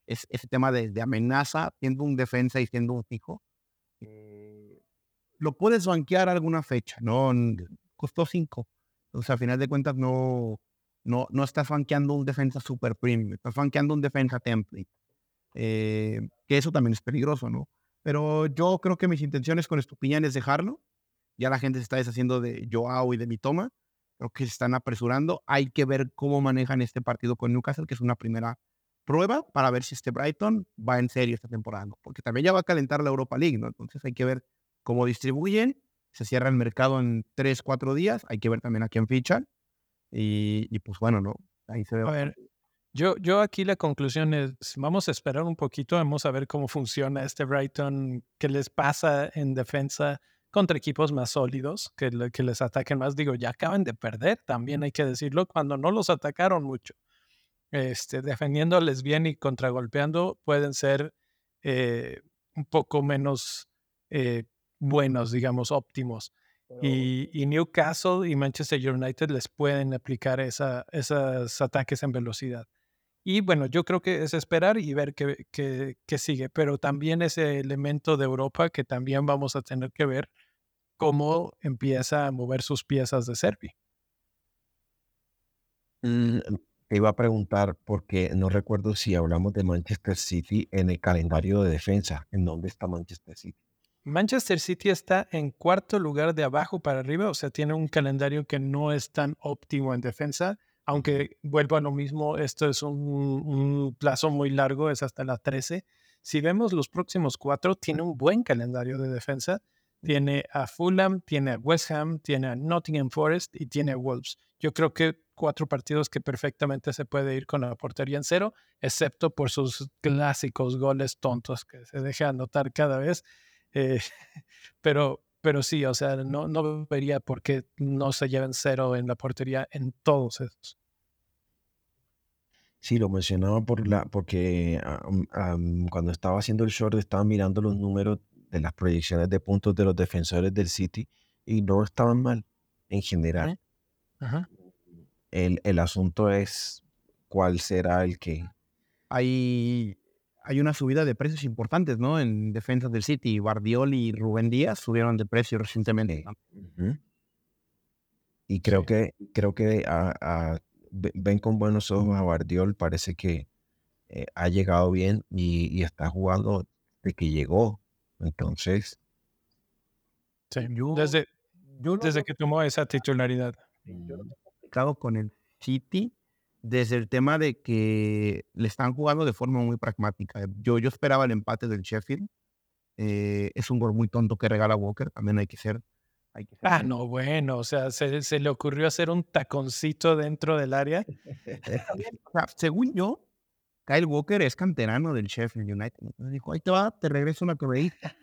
es, ese tema de, de amenaza, siendo un defensa y siendo un fijo. Eh, lo puedes banquear alguna fecha, ¿no? N- Costó cinco. Entonces, a final de cuentas, no, no, no estás banqueando un defensa super premium, estás banqueando un defensa template. Eh, que eso también es peligroso, ¿no? Pero yo creo que mis intenciones con Estupiñán es dejarlo. Ya la gente se está deshaciendo de Joao y de Mitoma. Creo que se están apresurando. Hay que ver cómo manejan este partido con Newcastle, que es una primera prueba para ver si este Brighton va en serio esta temporada, ¿no? Porque también ya va a calentar la Europa League, ¿no? Entonces hay que ver cómo distribuyen. Se cierra el mercado en tres, cuatro días. Hay que ver también a quién fichan. Y, y pues bueno, ¿no? Ahí se A ve. ver, yo, yo aquí la conclusión es, vamos a esperar un poquito, vamos a ver cómo funciona este Brighton, qué les pasa en defensa contra equipos más sólidos, que, le- que les ataquen más. Digo, ya acaban de perder, también hay que decirlo, cuando no los atacaron mucho. Este, defendiéndoles bien y contragolpeando, pueden ser eh, un poco menos eh, buenos, digamos, óptimos. Y, y Newcastle y Manchester United les pueden aplicar esa, esos ataques en velocidad. Y bueno, yo creo que es esperar y ver qué, qué, qué sigue, pero también ese elemento de Europa que también vamos a tener que ver cómo empieza a mover sus piezas de Servi. Mm, Te iba a preguntar porque no recuerdo si hablamos de Manchester City en el calendario de defensa. ¿En dónde está Manchester City? Manchester City está en cuarto lugar de abajo para arriba, o sea, tiene un calendario que no es tan óptimo en defensa, aunque vuelvo a lo mismo, esto es un, un plazo muy largo, es hasta la trece. Si vemos los próximos cuatro, tiene un buen calendario de defensa. Tiene a Fulham, tiene a West Ham, tiene a Nottingham Forest y tiene a Wolves. Yo creo que cuatro partidos que perfectamente se puede ir con la portería en cero, excepto por sus clásicos goles tontos que se deja anotar cada vez. Eh, pero, pero sí, o sea, no, no vería por qué no se lleven cero en la portería en todos esos. Sí, lo mencionaba por la, porque am, am, cuando estaba haciendo el short estaba mirando los números de las proyecciones de puntos de los defensores del City y no estaban mal en general. Ujú, ajá. El, el asunto es cuál será el que... hay, hay una subida de precios importantes, ¿no? En defensas del City. Guardiol y Rubén Díaz subieron de precio recientemente, eh, ¿no? ujú. Y Sí. creo que, creo que a- a- ve- ven con buenos ojos a Guardiol, parece que eh, ha llegado bien y, y está jugando de que llegó. Entonces, Sí, Yo, desde, yo lo desde veo que tomó esa titularidad. mm, complicado con el City desde el tema de que le están jugando de forma muy pragmática. Yo, yo esperaba el empate del Sheffield. Eh, es un gol muy tonto que regala Walker. También hay que ser, hay que ser Ah, no, bueno, o sea, se, se le ocurrió hacer un taconcito dentro del área. Está bien. O sea, según yo, Kyle Walker es canterano del Sheffield United. Entonces dijo, ahí te va, te regreso una correíta.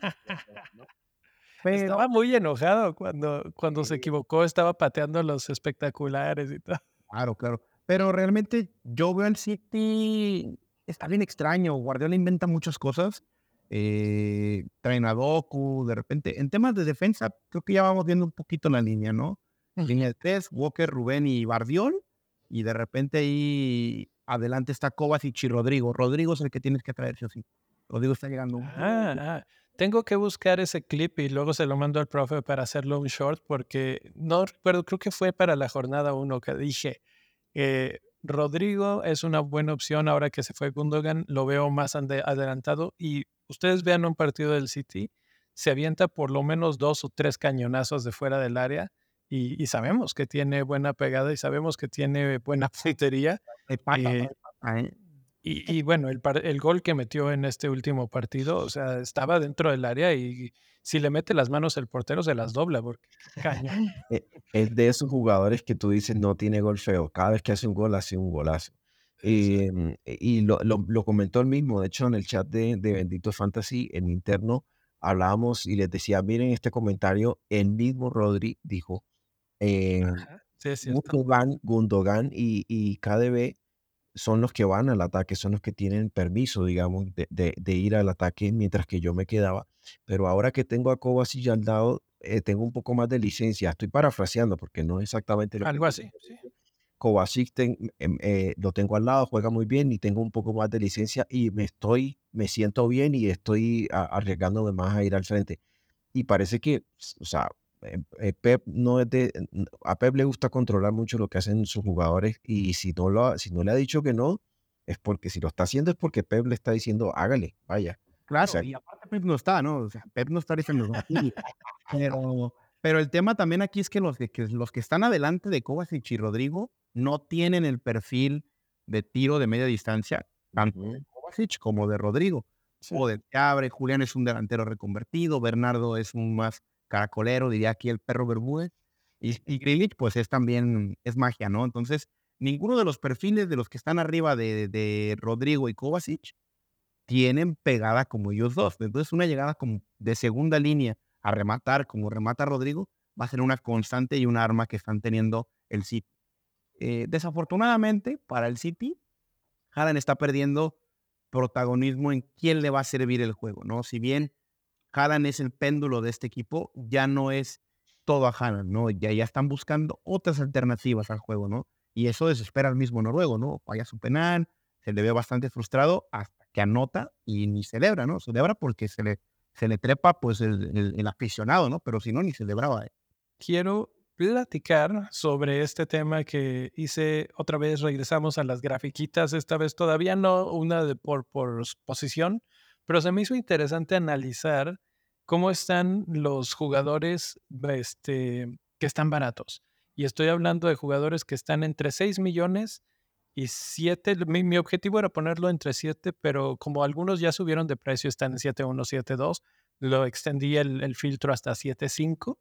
Estaba Pero, muy enojado cuando, cuando se equivocó, estaba pateando los espectaculares y todo. claro, claro. Pero realmente yo veo al City, está bien extraño. Guardiola inventa muchas cosas. Eh, traen a Doku, de repente. En temas de defensa, creo que ya vamos viendo un poquito la línea, ¿no? Línea de tres, Walker, Rubén y Bardiol. Y de repente ahí adelante está Kovacic y Rodrigo. Rodrigo es el que tienes que traer, sí o sí. Rodrigo está llegando muy Ah, ah, tengo que buscar ese clip y luego se lo mando al profe para hacerlo un short porque no recuerdo, creo que fue para la jornada uno que dije, eh, Rodrigo es una buena opción ahora que se fue Gundogan, lo veo más ande- adelantado y ustedes vean un partido del City, se avienta por lo menos dos o tres cañonazos de fuera del área y, y sabemos que tiene buena pegada y sabemos que tiene buena puntería. de pata, eh, ¿no? Ah, ¿eh? y, y bueno, el, par- el gol que metió en este último partido, o sea, estaba dentro del área y si le mete las manos el portero se las dobla porque cañón. eh, es de esos jugadores que tú dices no tiene gol feo. Cada vez que hace un gol, hace un golazo. Exacto. Y, mm, y lo, lo- lo comentó él mismo. De hecho, en el chat de, de Bendito Fantasy, en interno, hablábamos y les decía, miren este comentario. El mismo Rodri dijo, eh, Ajá, sí, es cierto. Gundogan, Gundogan y, y K D B son los que van al ataque, son los que tienen permiso, digamos, de, de- de ir al ataque, mientras que yo me quedaba. Pero ahora que tengo a Kovacic al lado, eh, tengo un poco más de licencia. Estoy parafraseando porque no es exactamente lo que Algo dice. así, sí. Kovacic ten- em, eh, lo tengo al lado, juega muy bien y tengo un poco más de licencia y me estoy, me siento bien y estoy a- arriesgándome más a ir al frente. Y parece que, o sea, eh, eh, Pep no es de, n- a Pep le gusta controlar mucho lo que hacen sus jugadores y si no lo, ha- si no le ha dicho que no, es porque si lo está haciendo es porque Pep le está diciendo, hágale, vaya. O Claro, sea, y aparte Pep no está, ¿no? O sea, Pep no está diciendo, "No, sí". Pero, pero el tema también aquí es que los, de que los que están adelante de Kovacic y Rodrigo no tienen el perfil de tiro de media distancia, tanto de ujú, Kovacic como de Rodrigo. sí, O de abre, Julián es un delantero reconvertido, Bernardo es un más caracolero, diría aquí el perro Bermúdez, y, y Grealish, pues es también, es magia, ¿no? Entonces, ninguno de los perfiles de los que están arriba de, de Rodrigo y Kovacic tienen pegada como ellos dos. Entonces, una llegada como de segunda línea a rematar, como remata Rodrigo, va a ser una constante y un arma que están teniendo el City. Eh, desafortunadamente, para el City, Haaland está perdiendo protagonismo en quién le va a servir el juego, ¿no? Si bien Haaland es el péndulo de este equipo, ya no es todo a Haaland, ¿no? Ya, ya están buscando otras alternativas al juego, ¿no? Y eso desespera al mismo noruego, ¿no? Falla su penal, se le ve bastante frustrado hasta que anota y ni celebra, ¿no? Celebra porque se le, se le trepa pues el, el- el aficionado, ¿no? Pero si no, ni celebraba. ¿Eh? Quiero platicar sobre este tema que hice otra vez, regresamos a las grafiquitas, esta vez todavía no una de por, por s- posición, pero se me hizo interesante analizar cómo están los jugadores este, que están baratos. Y estoy hablando de jugadores que están entre seis millones y siete. Mi, mi objetivo era ponerlo entre siete, pero como algunos ya subieron de precio, están en siete uno, siete dos, lo extendí el, el filtro hasta siete cinco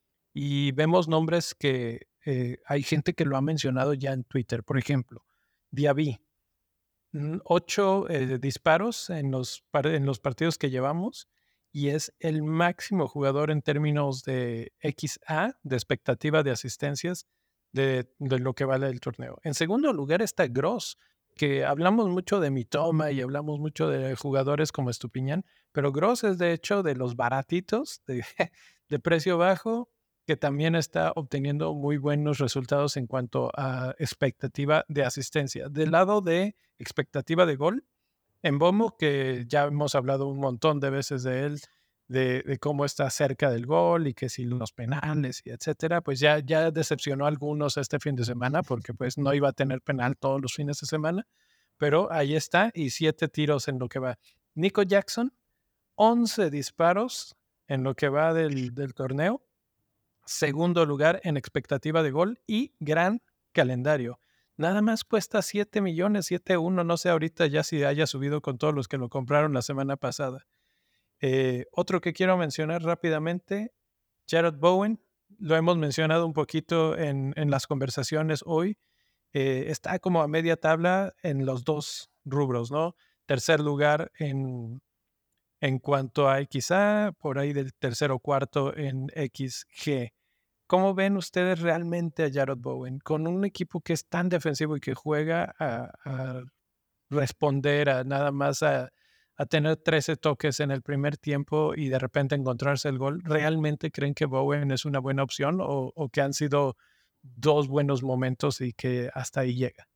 y vemos nombres que eh, hay gente que lo ha mencionado ya en Twitter. Por ejemplo, Diaby, mm, ocho eh, disparos en los, par- en los partidos que llevamos y es el máximo jugador en términos de X A, de expectativa de asistencias, de, de lo que vale el torneo. En segundo lugar está Gross, que hablamos mucho de Mitoma y hablamos mucho de jugadores como Estupiñán, pero Gross es de hecho de los baratitos, de, de precio bajo, que también está obteniendo muy buenos resultados en cuanto a expectativa de asistencia. Del lado de expectativa de gol, en Bombo, que ya hemos hablado un montón de veces de él, de, de cómo está cerca del gol y que si los penales y etcétera, pues ya, ya decepcionó a algunos este fin de semana porque pues no iba a tener penal todos los fines de semana, pero ahí está y siete tiros en lo que va. Nico Jackson, once disparos en lo que va del, del torneo, segundo lugar en expectativa de gol y gran calendario. Nada más cuesta siete millones, siete uno, no sé ahorita ya si haya subido con todos los que lo compraron la semana pasada. Eh, otro que quiero mencionar rápidamente, Jared Bowen, lo hemos mencionado un poquito en, en las conversaciones hoy, eh, está como a media tabla en los dos rubros, ¿no? Tercer lugar en, en cuanto a X A, por ahí del tercero o cuarto en X G. ¿Cómo ven ustedes realmente a Jared Bowen con un equipo que es tan defensivo y que juega a, a responder a nada más a, a tener trece toques en el primer tiempo y de repente encontrarse el gol? ¿Realmente creen que Bowen es una buena opción o, o que han sido dos buenos momentos y que hasta ahí llega?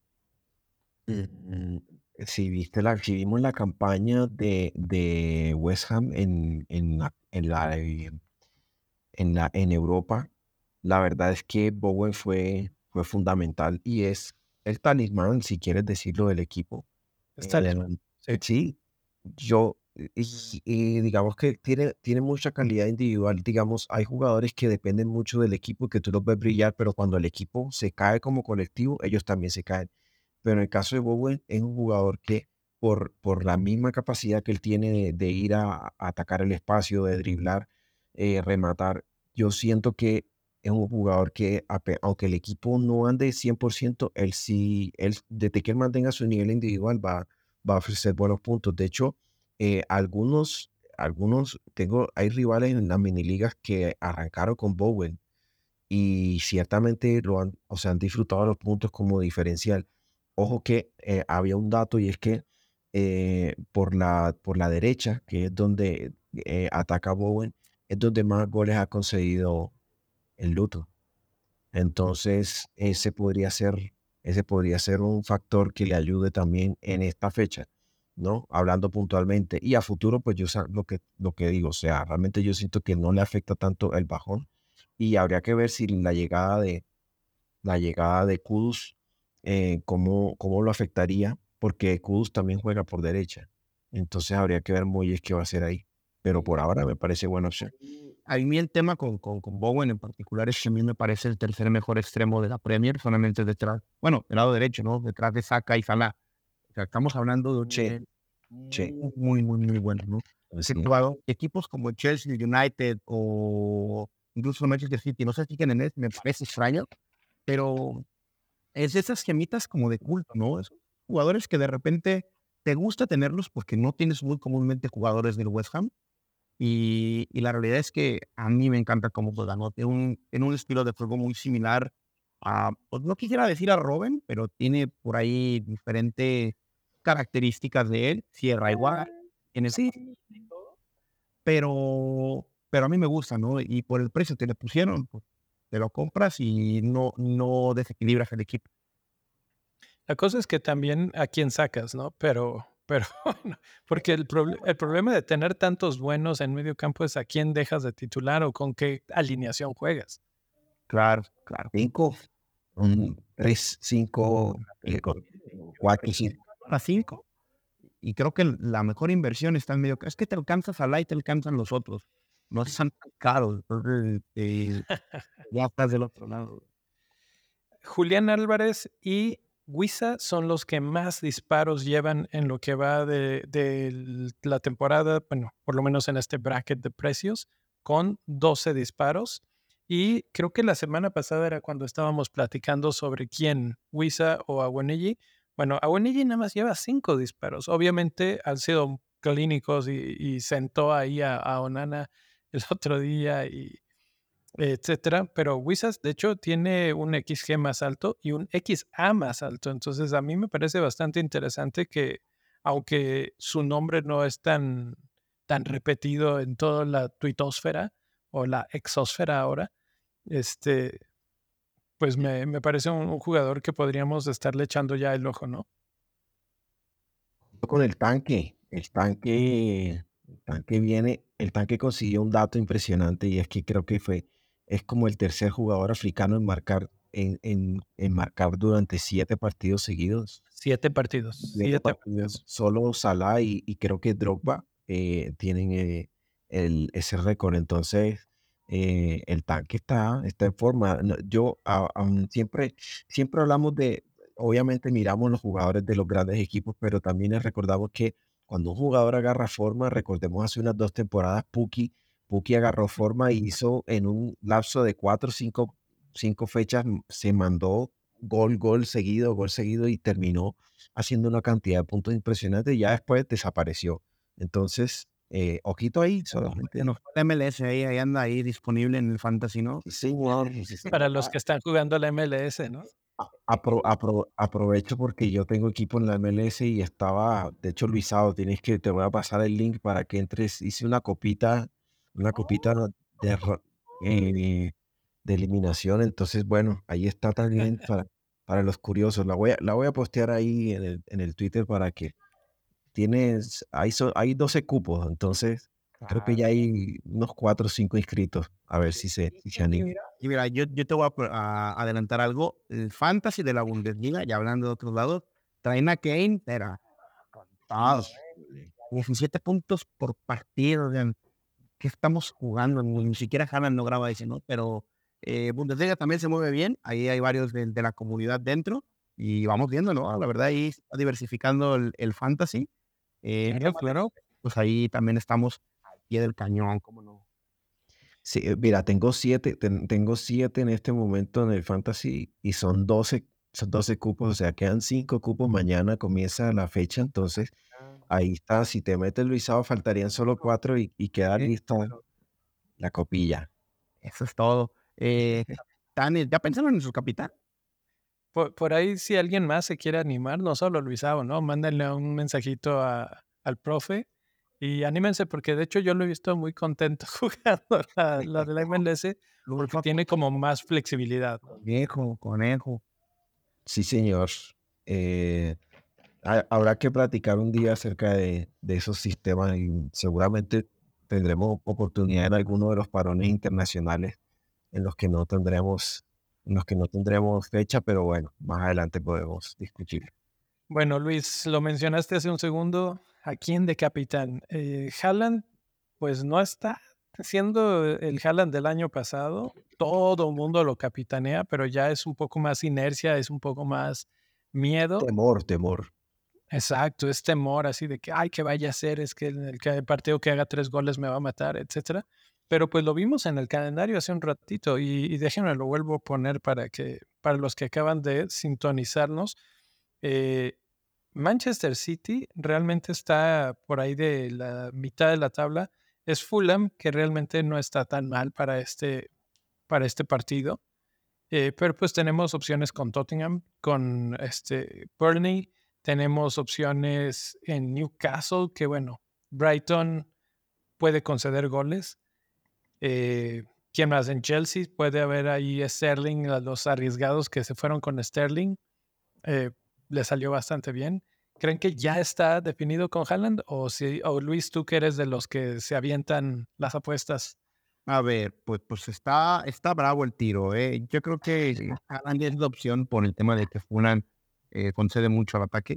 mm, si viste la, si vimos la campaña de, de West Ham en, en la, en la, eh, en la, en Europa, la verdad es que Bowen fue, fue fundamental y es el talismán, si quieres decirlo, del equipo. Está Eh, listo. Sí. sí, yo, y, y digamos que tiene, tiene mucha calidad individual. Digamos, hay jugadores que dependen mucho del equipo, que tú los ves brillar, pero cuando el equipo se cae como colectivo, ellos también se caen. Pero en el caso de Bowen, es un jugador que por, por la misma capacidad que él tiene de, de ir a, a atacar el espacio, de driblar, eh, rematar, yo siento que es un jugador que, ape- aunque el equipo no ande cien por ciento, él sí, él, desde que él mantenga su nivel individual, va, va a ofrecer buenos puntos. De hecho, eh, algunos, algunos, tengo, hay rivales en las mini ligas que arrancaron con Bowen y ciertamente lo han, o sea, han disfrutado los puntos como diferencial. Ojo que eh, había un dato y es que eh, por la, por la derecha, que es donde eh, ataca Bowen, es donde más goles ha concedido el Luto. Entonces, ese podría ser, ese podría ser un factor que le ayude también en esta fecha, ¿no? Hablando puntualmente. Y a futuro, pues yo sa- lo que, lo que digo, o sea, realmente yo siento que no le afecta tanto el bajón y habría que ver si la llegada de, la llegada de Kudus, eh, cómo, cómo lo afectaría, porque Kudus también juega por derecha. Entonces habría que ver Moyes qué va a hacer ahí. Pero por ahora me parece buena opción. A mí el tema con, con, con Bowen en particular es que a mí me parece el tercer mejor extremo de la Premier, solamente detrás, bueno, del lado derecho, ¿no? Detrás de Saka y Salah. O sea, estamos hablando de un Sí, nivel sí. muy, muy, muy bueno, ¿no? Sí. Que jugador- equipos como Chelsea United o incluso Manchester City, no se fijan en él, me parece extraño, pero es de esas gemitas como de culto, ¿no? Esos jugadores que de repente te gusta tenerlos porque no tienes muy comúnmente jugadores del West Ham. Y, y la realidad es que a mí me encanta cómo juega, ¿no? Tiene un, tiene un estilo de juego muy similar a, pues no quisiera decir a Robin, pero tiene por ahí diferentes características de él. Cierra igual, tiene Sí, pero, pero a mí me gusta, ¿no? Y por el precio que le pusieron, pues te lo compras y no, no desequilibras el equipo. la cosa es que también a quién sacas, ¿no? Pero, pero bueno, porque el, proble- el problema de tener tantos buenos en medio campo es a quién dejas de titular o con qué alineación juegas. Claro, claro. Cinco, un tres, cinco, eh, co- cuatro, cinco. A cinco. Y creo que la mejor inversión está en medio. Es que te alcanzas a la y te alcanzan los otros. No están tan caros. Entonces, eh, ya estás del otro lado. Julián Álvarez y Wissa son los que más disparos llevan en lo que va de, de l- la temporada, bueno, por lo menos en este bracket de precios, con doce disparos. Y creo que la semana pasada era cuando estábamos platicando sobre quién, Wissa o Awoniyi. Bueno, Awoniyi nada más lleva cinco disparos. Obviamente han sido clínicos y, y sentó ahí a, a Onana el otro día y etcétera, pero Wizards de hecho tiene un X G más alto y un X A más alto, entonces a mí me parece bastante interesante que aunque su nombre no es tan, tan repetido en toda la tuitosfera o la exosfera ahora, este, pues me, me parece un, un jugador que podríamos estarle echando ya el ojo, ¿no? Con el tanque, el tanque, el tanque viene, el tanque consiguió un dato impresionante y es que creo que fue, es como el tercer jugador africano en marcar, en, en, en marcar durante siete partidos seguidos. Siete partidos, Siete siete partidos. Solo Salah y, y creo que Drogba eh, tienen eh, el, ese récord. Entonces, eh, el tanque está, está en forma. No, Yo a- aún siempre, siempre hablamos de, obviamente miramos los jugadores de los grandes equipos, pero también les recordamos que cuando un jugador agarra forma, recordemos hace unas dos temporadas, Puki, Puki agarró forma y hizo en un lapso de cuatro o cinco, cinco fechas, m- se mandó gol, gol seguido, gol seguido y terminó haciendo una cantidad de puntos impresionantes y ya después desapareció. Entonces, eh, ojito ahí, solamente Ya no fue la M L S ahí, ahí anda ahí disponible en el Fantasy, ¿no? sí, señor. Sí, para señor. los que están jugando la M L S, ¿no? A- apro- apro- aprovecho porque yo tengo equipo en la M L S y estaba, de hecho, Luisado, tienes que, te voy a pasar el link para que entres. Hice una copita, una copita de, ro- eh, de eliminación. Entonces, bueno, ahí está también para, para los curiosos. La voy a, la voy a postear ahí en el, en el Twitter para que tienes, hay, so- hay doce cupos, entonces creo que ya hay unos cuatro o cinco inscritos. A ver si se, si se Y animan. mira, y mira, yo, yo te voy a, pro- a adelantar algo. El Fantasy de la Bundesliga, ya hablando de otros lados, traen a Kane, era contados. diecisiete puntos por partido. O sea, ¿qué estamos jugando? Ni, ni siquiera Haaland no graba ese, ¿no? Pero eh, Bundesliga también se mueve bien. Ahí hay varios de, de la comunidad dentro. Y vamos viendo, ¿no? La verdad, ahí está diversificando el, el Fantasy. Eh, Claro, claro. pues ahí también estamos al pie del cañón, ¿cómo no? Sí, eh, mira, tengo siete, ten- tengo siete en este momento en el Fantasy y son doce, son doce cupos, o sea, quedan cinco cupos. Mañana comienza la fecha, entonces ahí está. Si te metes Luisado, faltarían solo cuatro y, y queda Sí, lista la copilla. eso es todo. Eh, ¿están- ¿Ya pensaron en su capitán? Por, por ahí, si alguien más se quiere animar, no solo Luisao, ¿no? Mándenle un mensajito a- al profe Y anímense porque de hecho yo lo he visto muy contento jugando la, la de la M L S porque tiene como más flexibilidad, ¿no? Conejo, conejo. Sí, señor. Eh, ha- habrá que platicar un día acerca de, de esos sistemas y seguramente tendremos oportunidad en alguno de los parones internacionales en los que no tendremos, en los que no tendremos fecha, pero bueno, más adelante podemos discutir. Bueno, Luis, lo mencionaste hace un segundo. ¿A quién de capitán? Eh, Haaland, pues no está siendo el Haaland del año pasado. Todo el mundo lo capitanea, pero ya es un poco más inercia, es un poco más miedo. Temor, temor. Exacto, es temor así de que, ay, que vaya a ser, es que en el, que el partido que haga tres goles me va a matar, etcétera. Pero pues lo vimos en el calendario hace un ratito y, y déjenme lo vuelvo a poner para que para los que acaban de sintonizarnos. Eh, Manchester City realmente está por ahí de la mitad de la tabla. Es Fulham, que realmente no está tan mal para este, para este partido. Eh, pero pues tenemos opciones con Tottenham, con este Burnley. Tenemos opciones en Newcastle, que bueno, Brighton puede conceder goles. Eh, ¿Quién más? En Chelsea puede haber ahí Sterling, a los arriesgados que se fueron con Sterling. Eh, le salió bastante bien. ¿Creen que ya está definido con Haaland? O, si, o Luis, tú que eres de los que se avientan las apuestas. A ver, pues, pues está, está bravo el tiro, ¿eh? Yo creo que Haaland es la opción por el tema de que Fulham eh, concede mucho al ataque.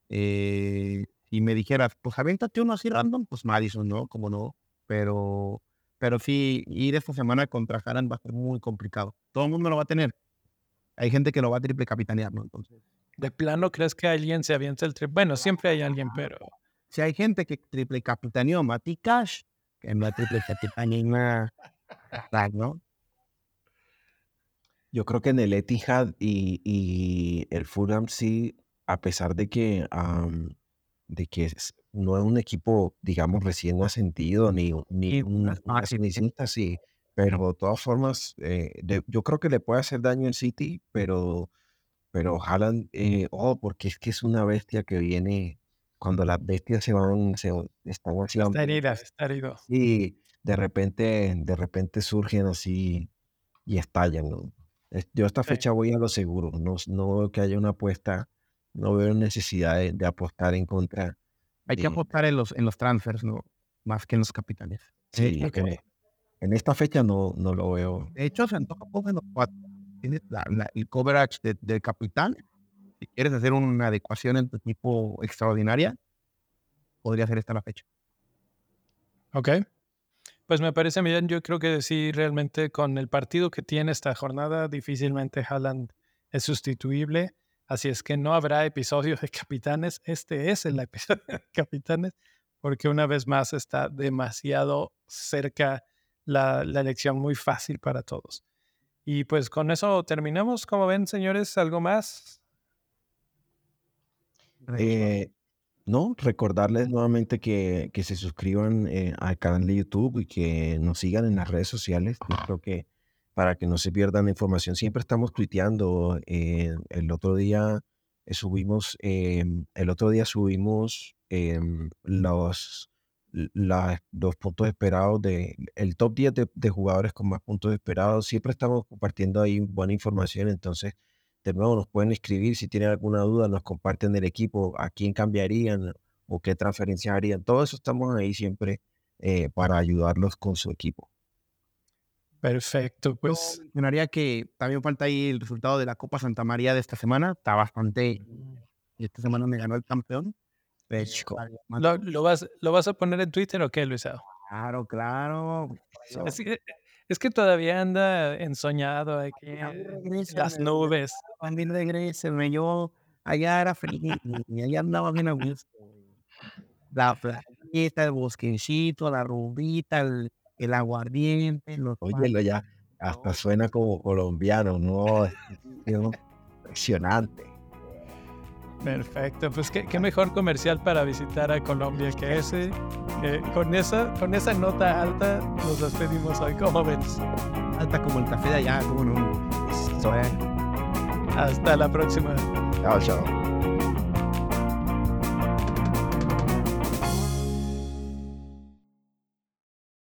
Eh, si me dijeras, pues aviéntate uno así random, pues Maddison, ¿no? Como no. Pero, pero sí, ir esta semana contra Haaland va a ser muy complicado. Todo el mundo lo va a tener. Hay gente que lo va a triple capitanear, ¿no? Entonces, ¿De plano crees que alguien se avienta el triple? Bueno, siempre hay alguien, pero... si hay gente que triple capitaneó a Matty Cash, que no triple capitaneó a ¿no? Yo creo que en el Etihad y, y el Fulham sí, a pesar de que, am, de que es- no es un equipo, digamos, recién ascendido, ni, ni Y un- no es una fácil. cenicienta, sí, pero de todas formas, eh, de- yo creo que le puede hacer daño el City, pero, pero Haaland, eh, oh, porque es que es una bestia que viene, cuando las bestias se van, se están así Está herida, hambrientas, está herido. y de repente, de repente surgen así y estallan, ¿no? Es- Yo esta Sí. fecha voy a lo seguro, no, no veo que haya una apuesta, no veo necesidad de, de apostar en contra Hay que de... apostar en los, en los transfers, ¿no? Más que en los capitanes. Sí, De hecho, eh, en esta fecha no, no lo veo. de hecho, se antoja poco en los cuatro. Tienes la- la- el coverage de- del capitán. Si quieres hacer una adecuación en tu equipo extraordinaria, podría ser esta la fecha. Ok. Pues me parece bien. Yo creo que sí, realmente con el partido que tiene esta jornada, difícilmente Haaland es sustituible. Así es que no habrá episodio de capitanes. Este es el episodio de capitanes, porque una vez más está demasiado cerca la, la elección, muy fácil para todos. Y pues con eso terminamos. Como ven, señores, ¿algo más? Eh, no, recordarles nuevamente que, que se suscriban eh, al canal de YouTube y que nos sigan en las redes sociales. Yo creo que para que no se pierdan la información, siempre estamos tuiteando. eh, el otro día eh, subimos, eh, el otro día subimos em, los, la- los puntos esperados de el top diez de, de jugadores con más puntos esperados. Siempre estamos compartiendo ahí buena información, entonces de nuevo nos pueden escribir si tienen alguna duda, nos comparten el equipo, a quién cambiarían o qué transferencias harían. Todo eso estamos ahí siempre eh, para ayudarlos con su equipo. Perfecto, Yo pues mencionaría que también falta ahí el resultado de la Copa Santa María de esta semana. Está bastante... Y esta semana me ganó el campeón. Pero, ¿lo, lo vas, ¿lo vas a poner en Twitter o qué, Luisao? Claro, claro. Es que, es que todavía anda ensoñado aquí en las nubes. Cuando regresenme, yo allá era feliz y allá andaba bien a gusto. La playita, el bosquecito, la rumbita, el, el aguardiente, los Óyelo ya, hasta suena como colombiano, ¿no? Es impresionante. Perfecto, pues qué, qué mejor comercial para visitar a Colombia que ese. Eh, con, esa, con esa nota alta nos despedimos hoy. ¿Cómo ves? alta como el café de allá, como no. So, Hasta la próxima. chao, chao.